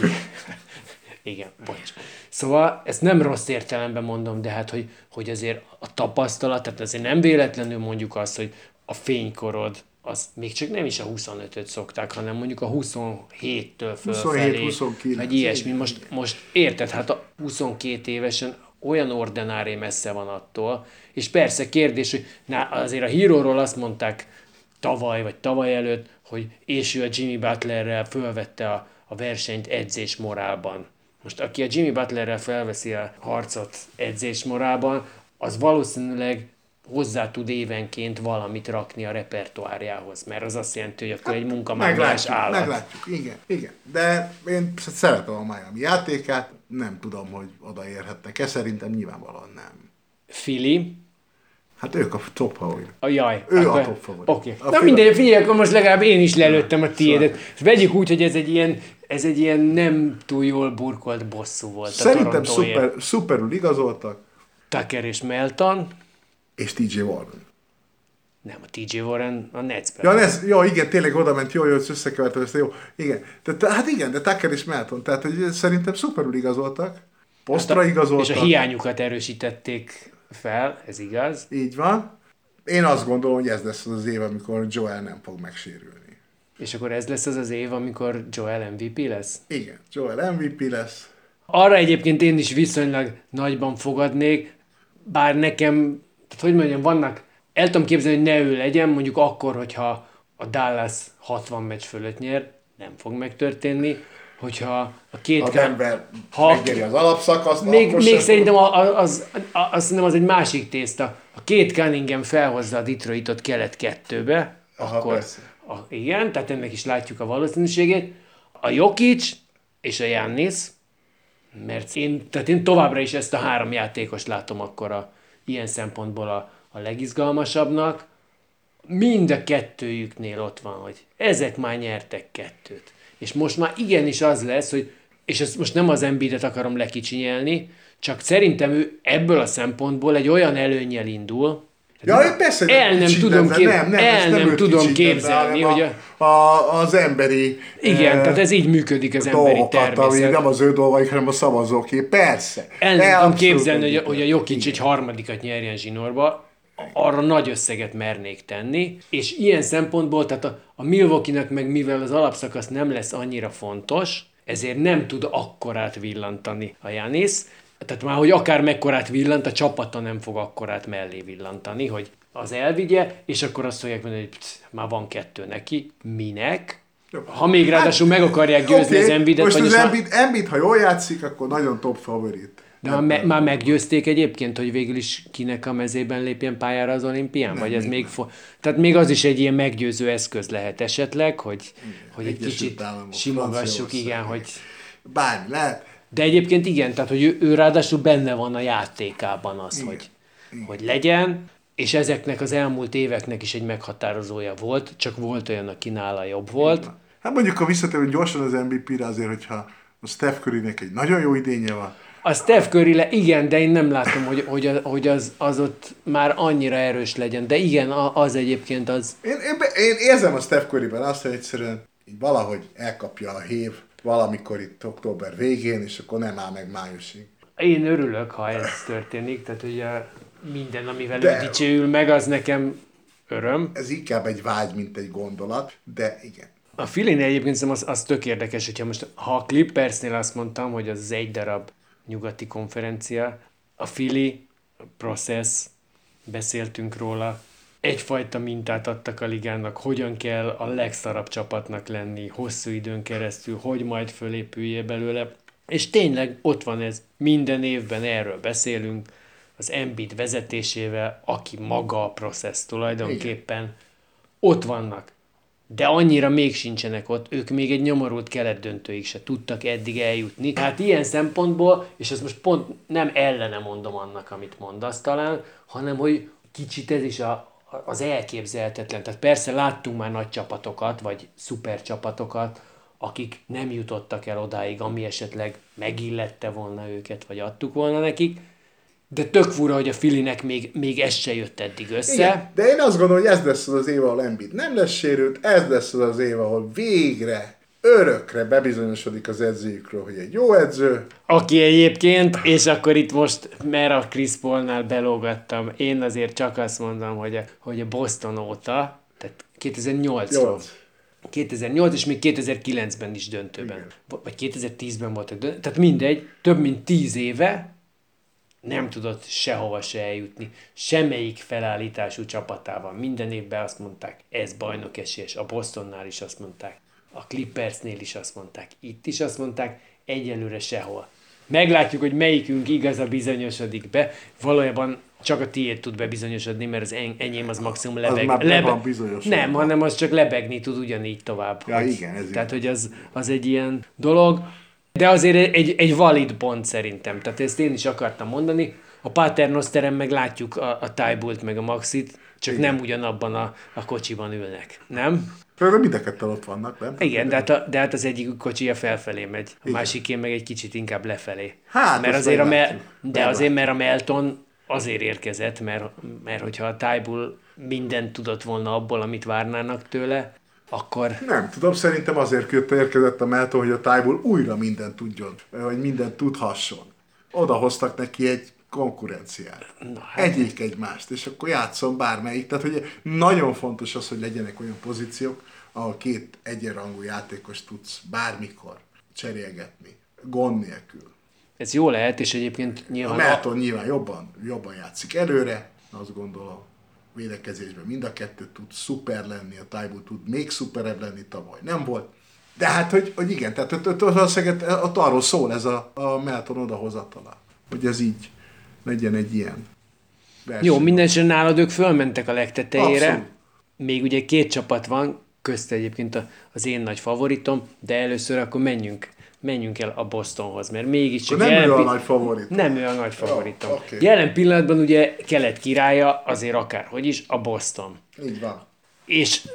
Igen, bocs. Szóval ezt nem rossz értelemben mondom, de hát, hogy, hogy azért a tapasztalat, tehát azért nem véletlenül mondjuk azt, hogy a fénykorod, az még csak nem is a huszonötöt szokták, hanem mondjuk a huszonhéttől fölfelé. huszonhét huszonkilenc, Vagy ilyesmi. igen, Most, most érted, hát a huszonkét évesen olyan ordinári messze van attól, és persze kérdés, hogy na, azért a Híróról azt mondták tavaly, vagy tavaly előtt, hogy és ő a Jimmy Butlerrel fölvette a, a versenyt edzés morálban. Most aki a Jimmy Butlerrel felveszi a harcot edzés morálban, az valószínűleg hozzá tud évenként valamit rakni a repertoárjához, mert az azt jelenti, hogy akkor egy munkamágnás Meglátjuk, állat. meglátjuk, igen, igen. De én szeretem a Miami játékát, nem tudom, hogy odaérhetnek-e, szerintem nyilvánvalóan nem. Philly, Hát ők a top favorit. a jaj. Ő akkor, a top favorit. Oké. A Na Philly- mindegy, figyelj, akkor most legalább én is lelőttem a tiédet. Szóval- És vegyük úgy, hogy ez egy ilyen, ez egy ilyen nem túl jól burkolt bosszú volt a Szerintem Torontóért. szuper, szuperül igazoltak, Tucker és Melton, és té jé Warren. nem, a té jé Warren a Netsben. Ja, ez, jó, igen, tényleg oda ment, jó, jó, összekevertem ezt, jó, igen. De, hát igen, de Tucker és Melton, tehát hogy szerintem szuperül igazoltak, posztra igazoltak. És a hiányukat erősítették fel, ez igaz. Így van. Én azt gondolom, hogy ez lesz az az év, amikor Joel nem fog megsérülni. És akkor ez lesz az az év, amikor Joel em vé pé lesz? Igen, Joel em vé pé lesz. Arra egyébként én is viszonylag nagyban fogadnék, bár nekem, tehát hogy mondjam, vannak, el tudom képzelni, hogy ne ő legyen, mondjuk akkor, hogyha a Dallas hatvan meccs fölött nyer, nem fog megtörténni, hogyha a két... A Denver ha, megnyeri az alapszakaszt, még, akkor még szerintem fog... az, az, az, az, nem az egy másik tészta. A két Cunningham felhozza a Detroitot kelet kettőbe, Aha, akkor a, igen, tehát ennek is látjuk a valószínűségét. A Jokic és a Giannis, mert én, tehát én továbbra is ezt a három játékost látom akkor a, ilyen szempontból a, a legizgalmasabbnak. Mind a kettőjüknél ott van, hogy ezek már nyertek kettőt. És most már igenis az lesz, hogy, és ezt most nem az Embiidet akarom lekicsinyelni, csak szerintem ő ebből a szempontból egy olyan előnnyel indul, Ja, persze, el nem tudom, kép... nem, nem, el nem nem tudom képzelni, hogy a, a, a, az emberi... Igen, e, tehát ez így működik az emberi természet. Nem az ő dolgaik, hanem a szavazóké, persze. El nem tudom képzelni, hogy, hogy a Jokic egy harmadikat nyerjen zsinórba, arra nagy összeget mernék tenni, és ilyen szempontból, tehát a, a Milwaukee-nak meg mivel az alapszakasz nem lesz annyira fontos, ezért nem tud akkorát villantani a Giannis. Tehát már, hogy akár mekkorát villant, a csapata nem fog akkorát mellé villantani, hogy az elvigye, és akkor azt fogják mondani, hogy psz, már van kettő neki. Minek? Ha még ráadásul hát, meg akarják győzni okay, az Embiidet. Most az már... Embiid, Embiid, ha jól játszik, akkor nagyon top favorit. De már, me- már meggyőzték egyébként, hogy végül is kinek a mezében lépjen pályára az olimpián? Nem, vagy ez még fo- Tehát még az is egy ilyen meggyőző eszköz lehet esetleg, hogy, igen, hogy egy kicsit Államok, simogassuk, igen, hogy... Bármi lehet. De egyébként igen, tehát hogy ő, ő ráadásul benne van a játékában az, igen, hogy, igen. hogy legyen, és ezeknek az elmúlt éveknek is egy meghatározója volt, csak volt olyan, aki nála jobb volt. Igen. Hát mondjuk, ha visszatérünk gyorsan az em vé pé-re, azért, hogyha a Steph Currynek egy nagyon jó idénye van. A Steph Curry, le, igen, de én nem látom, hogy, hogy, hogy az, az ott már annyira erős legyen. De igen, az egyébként az... Én, én, én érzem a Steph Curryben azt, hogy egyszerűen így valahogy elkapja a hév valamikor itt október végén, és akkor nem áll meg májusig. Én örülök, ha ez történik, tehát ugye minden, amivel de, ő dicsőül meg, az nekem öröm. Ez inkább egy vágy, mint egy gondolat, de igen. A Phillynél egyébként az, az tök érdekes, hogyha most, ha a Clippersnél azt mondtam, hogy az egy darab nyugati konferencia, a Philly, a Process, beszéltünk róla, egyfajta mintát adtak a ligának, hogyan kell a legszarabb csapatnak lenni hosszú időn keresztül, hogy majd fölépüljél belőle. És tényleg ott van ez, minden évben erről beszélünk, az Embiid vezetésével, aki maga a Process tulajdonképpen, igen, ott vannak. De annyira még sincsenek ott, ők még egy nyomorult kelet-döntőig se tudtak eddig eljutni. Hát ilyen szempontból, és ezt most pont nem ellene mondom annak, amit mondasz talán, hanem hogy kicsit ez is a, az elképzelhetetlen. Tehát persze láttunk már nagy csapatokat, vagy szuper csapatokat, akik nem jutottak el odáig, ami esetleg megillette volna őket, vagy adtuk volna nekik. De tök fura, hogy a Phillynek még, még ez se jött eddig össze. Igen, de én azt gondolom, hogy ez lesz az az év, ahol Embiid nem lesz sérült, ez lesz az az év, ahol végre, örökre bebizonyosodik az edzőjükről, hogy egy jó edző. Aki egyébként, és akkor itt most, mert a Chris Paulnál belógattam, én azért csak azt mondom, hogy a, hogy a Boston óta, tehát kétezer-nyolcról. kétezer-nyolc és még kétezer-kilencben is döntőben. Igen. Vagy kétezer-tízben voltak döntőben. Tehát mindegy, több mint tíz éve nem tudott sehova se eljutni. Semmelyik felállítású csapatával. Minden évben azt mondták, ez bajnok esélyes. A Bostonnál is azt mondták. A Clippersnél is azt mondták. Itt is azt mondták, egyelőre sehol. Meglátjuk, hogy melyikünk igaza bizonyosodik be. Valójában csak a tiéd tud bebizonyosodni, mert az enyém az maximum lebeg. Az már lebe- van bizonyosodva. Nem, hanem az csak lebegni tud ugyanígy tovább. Ja, hogy, igen, ez tehát, hogy az, az egy ilyen dolog. De azért egy, egy valid pont szerintem. Tehát ezt én is akartam mondani. A Paternoszteren meg látjuk a, a Tybalt meg a Maxit, csak igen, nem ugyanabban a, a kocsiban ülnek. Nem? Például mind a ketten ott vannak, nem? Igen, de hát, a, de hát az egyik kocsia felfelé megy, a másiké meg egy kicsit inkább lefelé. Hát, mert azért a me- de azért, mert a Melton azért érkezett, mert, mert hogyha a Tybalt mindent tudott volna abból, amit várnának tőle, akkor... Nem tudom, szerintem azért érkezett a Melton, hogy a Tybalt újra mindent tudjon, vagy mindent tudhasson. Oda hoztak neki egy konkurenciát. Hát... Egyék egymást, és akkor játszom bármelyik. Tehát ugye nagyon fontos az, hogy legyenek olyan pozíciók, ahol két egyenrangú játékos tudsz bármikor cserélgetni, gond nélkül. Ez jó lehet, és egyébként nyilván... A Melton nyilván jobban, jobban játszik előre, azt gondolom. Védekezésben mind a kettő tud szuper lenni, a Tybalt tud még szuperebb lenni, tavaly nem volt. De hát, hogy, hogy igen, tehát ott, ott, ott, ott arról szól ez a, a Melton odahozatala, hogy ez így legyen egy ilyen verseny. Jó, mindenesetre nálad ők fölmentek a legtetejére. Abszolút. Még ugye két csapat van, közt egyébként az én nagy favoritom, de először akkor menjünk, menjünk el a Bostonhoz, mert mégiscsak... Nem ő a pi- nagy favorit. Nem ő a nagy favoritom. Jó, oké. Jelen pillanatban ugye kelet királya, azért akárhogy is, a Boston. Így van. És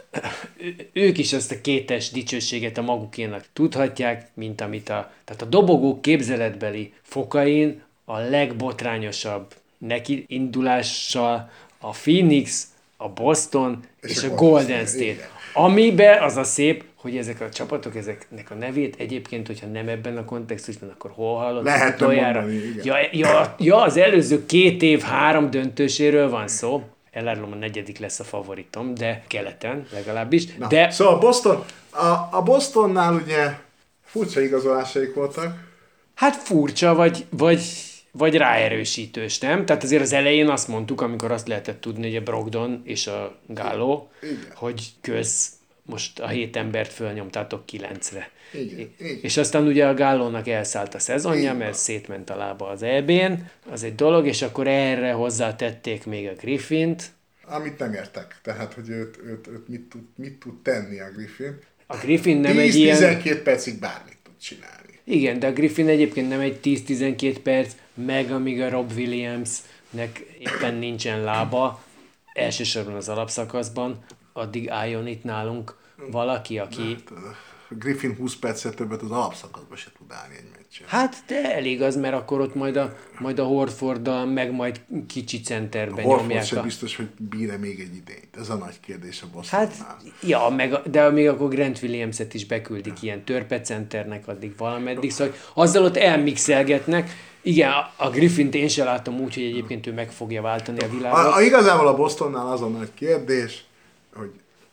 ők is ezt a kétes dicsőséget a magukénak tudhatják, mint amit a, tehát a dobogók képzeletbeli fokain a legbotrányosabb neki indulással a Phoenix, a Boston és, és a, a Golden State. Igen. Amiben az a szép, hogy ezek a csapatok, ezeknek a nevét egyébként, hogyha nem ebben a kontextusban, akkor hol hallott? Lehetne mondani, igen. Ja, ja, ja, az előző két év három döntőséről van szó. Elárulom, a negyedik lesz a favoritom, de keleten legalábbis. Na, de... Szóval Boston, a, a Bostonnál ugye furcsa igazolásaik voltak. Hát furcsa, vagy, vagy, vagy ráerősítős, nem? Tehát azért az elején azt mondtuk, amikor azt lehetett tudni, hogy a Brogdon és a Gallo, Igen. hogy köz most a hét embert fölnyomtátok kilencre. Igen, igen. És aztán ugye a Gallónak elszállt a szezonja, Igen. mert szétment a lába az é bén, az egy dolog, és akkor erre hozzátették még a Griffint. Amit nem értek. Tehát, hogy őt, őt, őt mit, tud, mit tud tenni a Griffin. A Griffin nem egy ilyen... tíz-tizenkét percig bármit tud csinálni. Igen, de a Griffin egyébként nem egy tíz-tizenkét perc, meg amíg a Rob Williamsnek éppen nincsen lába, elsősorban az alapszakaszban, addig álljon itt nálunk valaki, aki... Griffin húsz percet többet az alapszakaszban se tud állni egy meccsen. Hát, de elég az, mert akkor ott majd a, majd a Horforddal, meg majd kicsi centerben Horford nyomják. sem a... biztos, hogy bír-e még egy idényt. Ez a nagy kérdés a Bostonnál. Hát, ja, meg, a- de még akkor Grant Williams-et is beküldik ilyen törpecenternek addig valameddig, szóval azzal ott elmixelgetnek. Igen, a- a Griffint én sem látom úgy, hogy egyébként ő meg fogja váltani a világot. A, a, igazából a Bostonnál az a nagy kérdés, hogy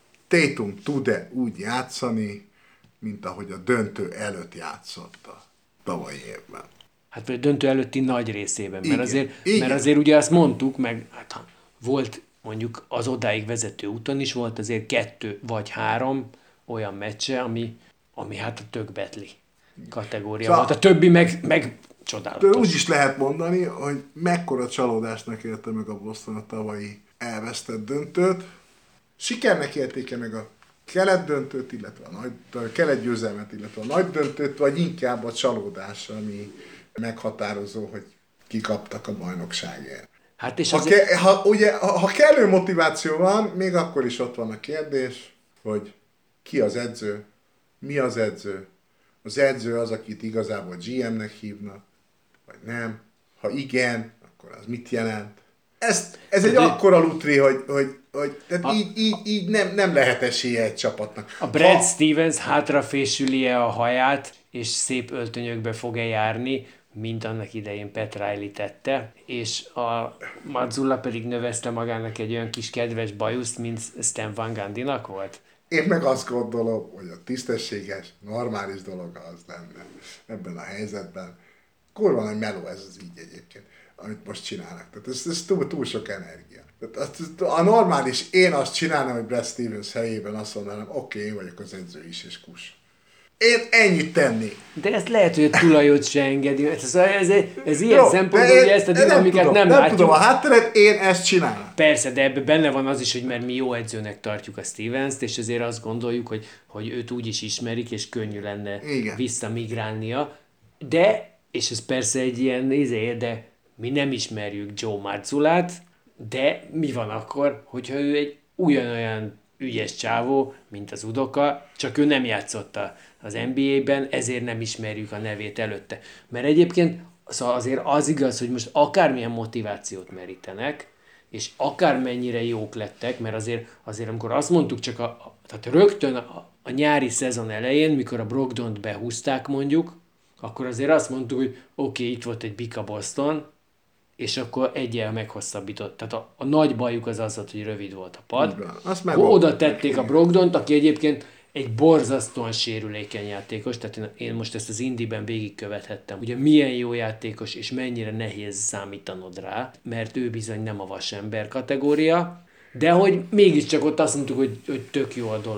Tatum tud-e úgy játszani, mint ahogy a döntő előtt játszott a tavalyi évben. Hát vagy a döntő előtti nagy részében, mert Igen, azért, igen. mert azért ugye azt mondtuk, meg hát ha volt mondjuk az odáig vezető úton is volt azért kettő vagy három olyan meccse, ami, ami hát a tök betli kategória Szóval- volt. A többi meg, meg De csodálatos. úgy is lehet mondani, hogy mekkora csalódásnak élte meg a Boston a tavalyi elvesztett döntőt. Sikernek értéke meg a kelet döntőt, illetve a, nagy, a kelet győzelmet, illetve a nagy döntőt, vagy inkább a csalódás, ami meghatározó, hogy kikaptak a bajnokságért. Hát és Ha, azért, ke, ha, ugye, ha, ha kellő motiváció van, még akkor is ott van a kérdés, hogy ki az edző, mi az edző. Az edző az, akit igazából gé em-nek hívnak, vagy nem. Ha igen, akkor az mit jelent? Ez, ez egy De- akkora lutri, hogy, hogy, hogy tehát A- így, így, így nem, nem lehet esélye egy csapatnak. a Brad Ha- Stevens hátrafésüli-e a haját, és szép öltönyökbe fog-e járni, mint annak idején Pat Riley tette, és a Mazzulla pedig növezte magának egy olyan kis kedves bajuszt, mint Stan Van Gundynak volt. Én meg azt gondolom, hogy a tisztességes, normális dolog az lenne ebben a helyzetben. Kurva nagy meló ez az így egyébként, amit most csinálnak. Tehát ez, ez túl, túl sok energia. Tehát azt- a normális, én azt csinálnám, hogy Brad Stevens helyében azt mondanám, oké, okay, én vagyok az edző is, és kus. Én ennyit tennék. De ezt lehet, hogy a tulajot se engedi. Ez, ez, ez, ez ilyen Jó, szempontból, de én- hogy ezt a de dinamikát tudom, nem, nem látjuk. tudom a hátteret, én ezt csinálom. Persze, de ebben benne van az is, hogy mert mi jó edzőnek tartjuk a Stevens-t, és ezért azt gondoljuk, hogy, hogy őt úgy is ismerik, és könnyű lenne Igen. visszamigrálnia. De, és ez persze egy ilyen izé, de mi nem ismerjük Joe Marzulát, de mi van akkor, hogyha ő egy ugyanolyan ügyes csávó, mint az Udoka, csak ő nem játszotta az en bé á-ben, ezért nem ismerjük a nevét előtte. Mert egyébként szóval azért az igaz, hogy most akármilyen motivációt merítenek, és akármennyire jók lettek, mert azért, azért amikor azt mondtuk, csak a, a, tehát rögtön a, a nyári szezon elején, mikor a Brogdont behúzták mondjuk, akkor azért azt mondtuk, hogy oké, okay, itt volt egy Bika Boston, és akkor egyel meghosszabbított. Tehát a, a nagy bajuk az az volt, hogy rövid volt a pad. Így van. Azt meg Oda volt. tették a Brogdont, aki egyébként egy borzasztóan sérülékeny játékos, tehát én, én most ezt az Indiben végigkövethettem, ugye milyen jó játékos, és mennyire nehéz számítanod rá, mert ő bizony nem a vasember kategória, de hogy mégiscsak ott azt mondtuk, hogy, hogy tök jó a dolog.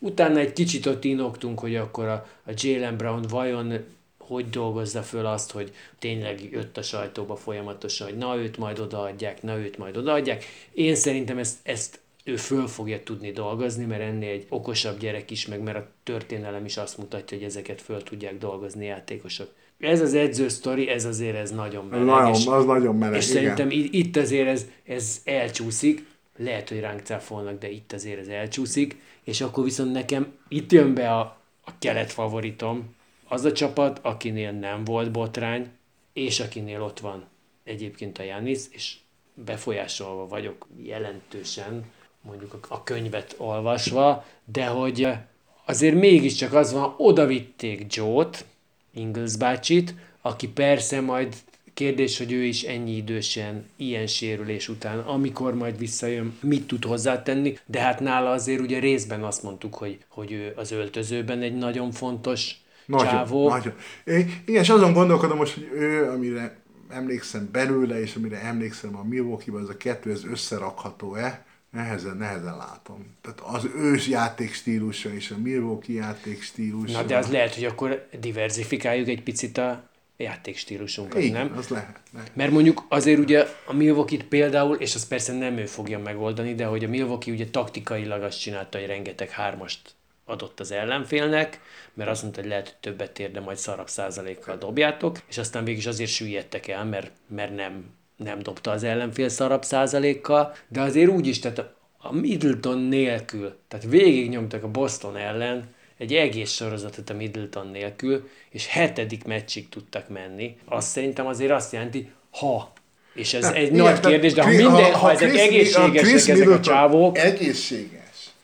Utána egy kicsit ott inoktunk, hogy akkor a, a Jaylen Brown vajon hogy dolgozza föl azt, hogy tényleg jött a sajtóba folyamatosan, hogy na őt majd odaadják, na őt majd odaadják. Én szerintem ezt, ezt ő föl fogja tudni dolgozni, mert ennél egy okosabb gyerek is, meg mert a történelem is azt mutatja, hogy ezeket föl tudják dolgozni játékosok. Ez az edző sztori, ez azért ez nagyon meleg. Nagyon, és, az nagyon meleg, és igen. szerintem itt azért ez, ez elcsúszik, lehet, hogy ránk cáfolnak, de itt azért ez elcsúszik, és akkor viszont nekem itt jön be a, a kelet favoritom, az a csapat, akinél nem volt botrány, és akinél ott van egyébként a Giannis, és befolyásolva vagyok jelentősen, mondjuk a könyvet olvasva, de hogy azért mégiscsak az van, oda vitték Joe-t, Ingles bácsit, aki persze majd kérdés, hogy ő is ennyi idősen, ilyen sérülés után, amikor majd visszajön, mit tud hozzátenni, de hát nála azért ugye részben azt mondtuk, hogy, hogy ő az öltözőben egy nagyon fontos nagyon, csávó. Nagyon. Igen, és azon gondolkodom most, hogy ő, amire emlékszem belőle, és amire emlékszem a Milwaukee-ban, az a kettő, ez összerakható-e? Nehezen, nehezen látom. Tehát az ős játékstílusa és a Milwaukee játékstílusa. Na de az lehet, hogy akkor diversifikáljuk egy picit a játékstílusunkat, igen, nem? az lehet, lehet. Mert mondjuk azért ugye a Milwaukee-t például, és az persze nem ő fogja megoldani, de hogy a Milwaukee ugye taktikailag azt csinálta, hogy rengeteg hármast adott az ellenfélnek, mert azt mondta, hogy lehet, hogy többet ér, de majd szarabb százalékkal dobjátok, és aztán végig is azért süllyedtek el, mert, mert nem, nem dobta az ellenfél szarabb százalékkal, de azért úgy is, tehát a, a Middleton nélkül, tehát végig nyomtak a Boston ellen egy egész sorozatot a Middleton nélkül, és hetedik meccsig tudtak menni. Azt szerintem azért azt jelenti, ha, és ez nem, egy igen, nagy kérdés, de ha, minden, ha, ha, ha ezek Chris, egészségesek ezek Middleton a csávók, egészséges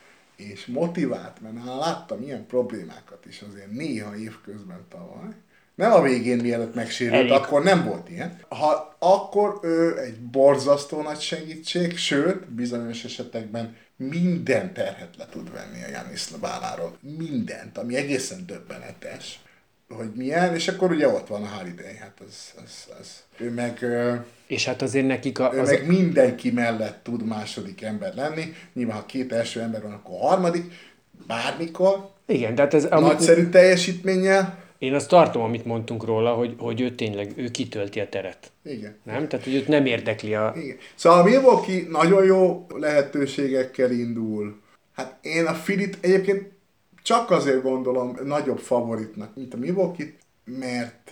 és motivált, mert nála láttam ilyen problémákat is azért néha évközben tavaly. Nem a végén, mielőtt megsérült, elég. Akkor nem volt ilyen. Ha, akkor ő egy borzasztó nagy segítség, sőt, bizonyos esetekben minden terhet le tud venni a Giannis válláról. Mindent, ami egészen döbbenetes, hogy milyen, és akkor ugye ott van a Holiday, hát az, az, az. Ő meg... És hát azért nekik a... Ő az meg mindenki mellett tud második ember lenni. Nyilván, ha két első ember van, akkor harmadik. Bármikor. Igen, tehát ez... Nagyszerű amit, teljesítménnyel. Én azt tartom, amit mondtunk róla, hogy, hogy ő tényleg, ő kitölti a teret. Igen. Nem? Tehát, hogy őt nem érdekli a... Igen. Szóval a Milwaukee nagyon jó lehetőségekkel indul. Hát én a Philit egyébként csak azért gondolom nagyobb favoritnak, mint a Milwaukee, mert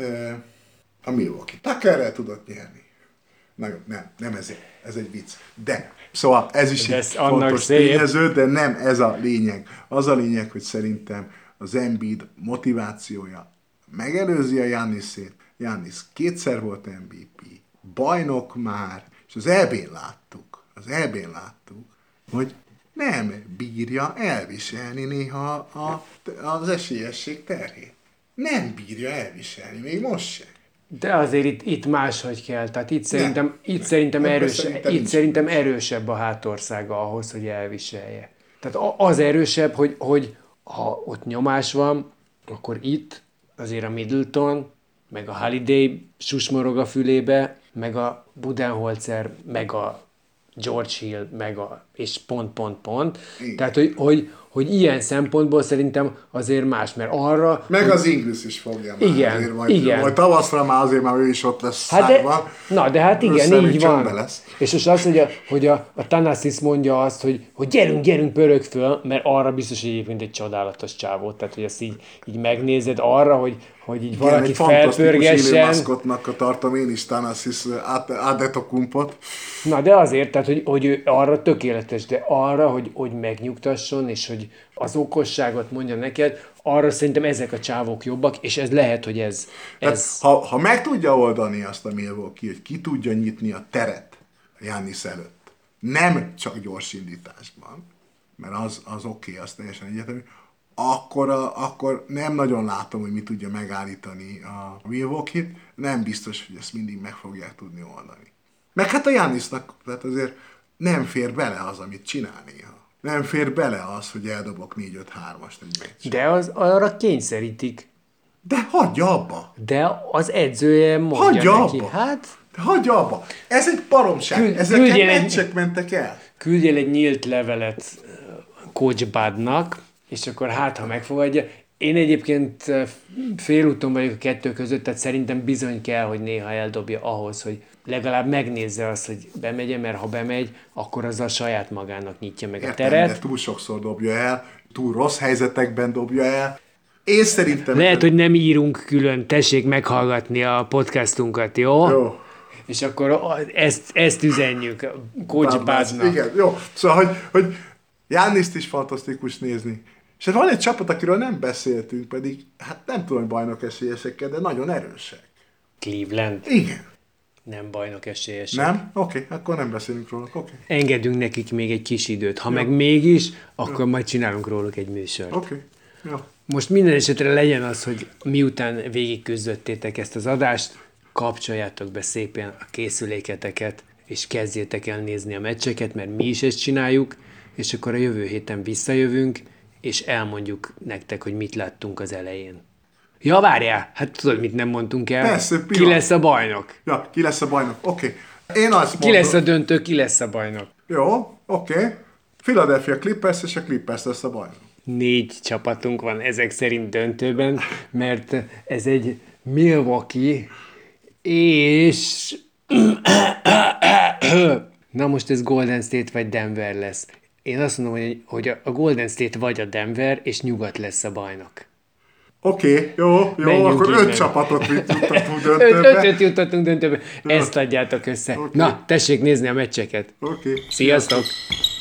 a Milwaukee Tuckerrel tudott nyerni. Nagyon, nem, nem ezért, ez egy vicc. De, szóval ez is egy fontos tényező, de nem ez a lényeg. Az a lényeg, hogy szerintem az Embiid motivációja megelőzi a Giannisét. Giannis kétszer volt em vé pé, bajnok már, és az é bén láttuk, az é bén láttuk, hogy nem bírja elviselni néha a, az esélyesség terhét. Nem bírja elviselni, még most sem. De azért itt, itt máshogy kell, tehát itt szerintem, nem, itt, nem, szerintem, nem, erős, szerintem, itt szerintem erősebb a hátországa ahhoz, hogy elviselje. Tehát az erősebb, hogy, hogy ha ott nyomás van, akkor itt azért a Middleton, meg a Holiday susmorog a fülébe, meg a Budenholzer, meg a George Hill, meg a, és pont, pont, pont. Igen. Tehát, hogy, hogy, hogy ilyen szempontból szerintem azért más, mert arra... Meg az Ingles is fogja már. Igen, azért, majd, igen. Majd tavaszra már azért már ő is ott lesz hát szárva. De, na, de hát igen, így van. Lesz. És most az, hogy a, hogy a, a Thanasis mondja azt, hogy, hogy gyerünk, gyerünk, pörög föl, mert arra biztos, hogy egyébként egy csodálatos csávó. Tehát, hogy ezt így, így megnézed arra, hogy, hogy így igen, valaki felpörgessen. Igen, egy fantasztikus tartom én is Thanasis Adetokumpot. Na, de azért, tehát, hogy, hogy ő arra tökéletes, de arra, hogy, hogy megnyugtasson, és hogy az okosságot mondja neked, arra szerintem ezek a csávók jobbak, és ez lehet, hogy ez... ez... Ha, ha meg tudja oldani azt a Milwaukee, hogy ki tudja nyitni a teret a Giannis előtt, nem csak gyors indításban, mert az, az oké, okay, az teljesen egyetemű, akkor, a, akkor nem nagyon látom, hogy mi tudja megállítani a Milwaukee-t, nem biztos, hogy ezt mindig meg fogják tudni oldani. Meg hát a Giannisnak, tehát azért nem fér bele az, amit csinál néha. Nem fér bele az, hogy eldobok négy öt hármast egy meccs. De az arra kényszerítik. De hagyja abba. De az edzője mondja hagyja neki. Abba. Hát... De hagyja abba. Ez egy baromság. Küld, Ezeken meccsek egy, mentek el. Küldjél egy nyílt levelet Coach Budnak, és akkor hát, ha megfogadja. Én egyébként félúton vagyok a kettő között, tehát szerintem bizony kell, hogy néha eldobja ahhoz, hogy legalább megnézze azt, hogy bemegye, mert ha bemegy, akkor azzal saját magának nyitja meg a Értem, teret. de túl sokszor dobja el, túl rossz helyzetekben dobja el. Én szerintem... Lehet, hogy nem írunk külön, tessék meghallgatni a podcastunkat, jó? Jó. És akkor ezt, ezt üzenjük Kocsi Páznak. Igen, jó. Szóval, hogy, hogy Gianniszt is fantasztikus nézni. És hát van egy csapat, akiről nem beszéltünk, pedig hát nem tudom, hogy bajnok esélyesekkel, de nagyon erősek. Cleveland. Igen. Nem bajnok esélyesek. Nem? Oké, okay, akkor nem beszélünk róluk. Oké. Okay. Engedünk nekik még egy kis időt. Ha Jó. meg mégis, akkor Jó. majd csinálunk róluk egy műsort. Oké. Okay. Jó. Most minden esetre legyen az, hogy miután végigküzdöttétek ezt az adást, kapcsoljátok be szépen a készüléketeket, és kezdjétek el nézni a meccseket, mert mi is ezt csináljuk, és akkor a jövő héten visszajövünk, és elmondjuk nektek, hogy mit láttunk az elején. Ja, várjál! Hát tudod, mit nem mondtunk el? Persze, ki lesz a bajnok? Ja, ki lesz a bajnok? Oké. Okay. Én azt Ki mondom... lesz a döntő, ki lesz a bajnok? Jó, oké. Okay. Philadelphia Clippers, és a Clippers lesz a bajnok. Négy csapatunk van ezek szerint döntőben, mert ez egy Milwaukee, és... Na most ez Golden State vagy Denver lesz. Én azt mondom, hogy, hogy a Golden State vagy a Denver, és nyugat lesz a bajnok. Oké, okay, jó, jó, Menjünk akkor innen. öt csapatot juttatunk döntőbe. Öt, ötöt juttatunk döntőbe. Ezt adjátok össze. Okay. Na, tessék nézni a meccseket. Oké. Okay. Sziasztok!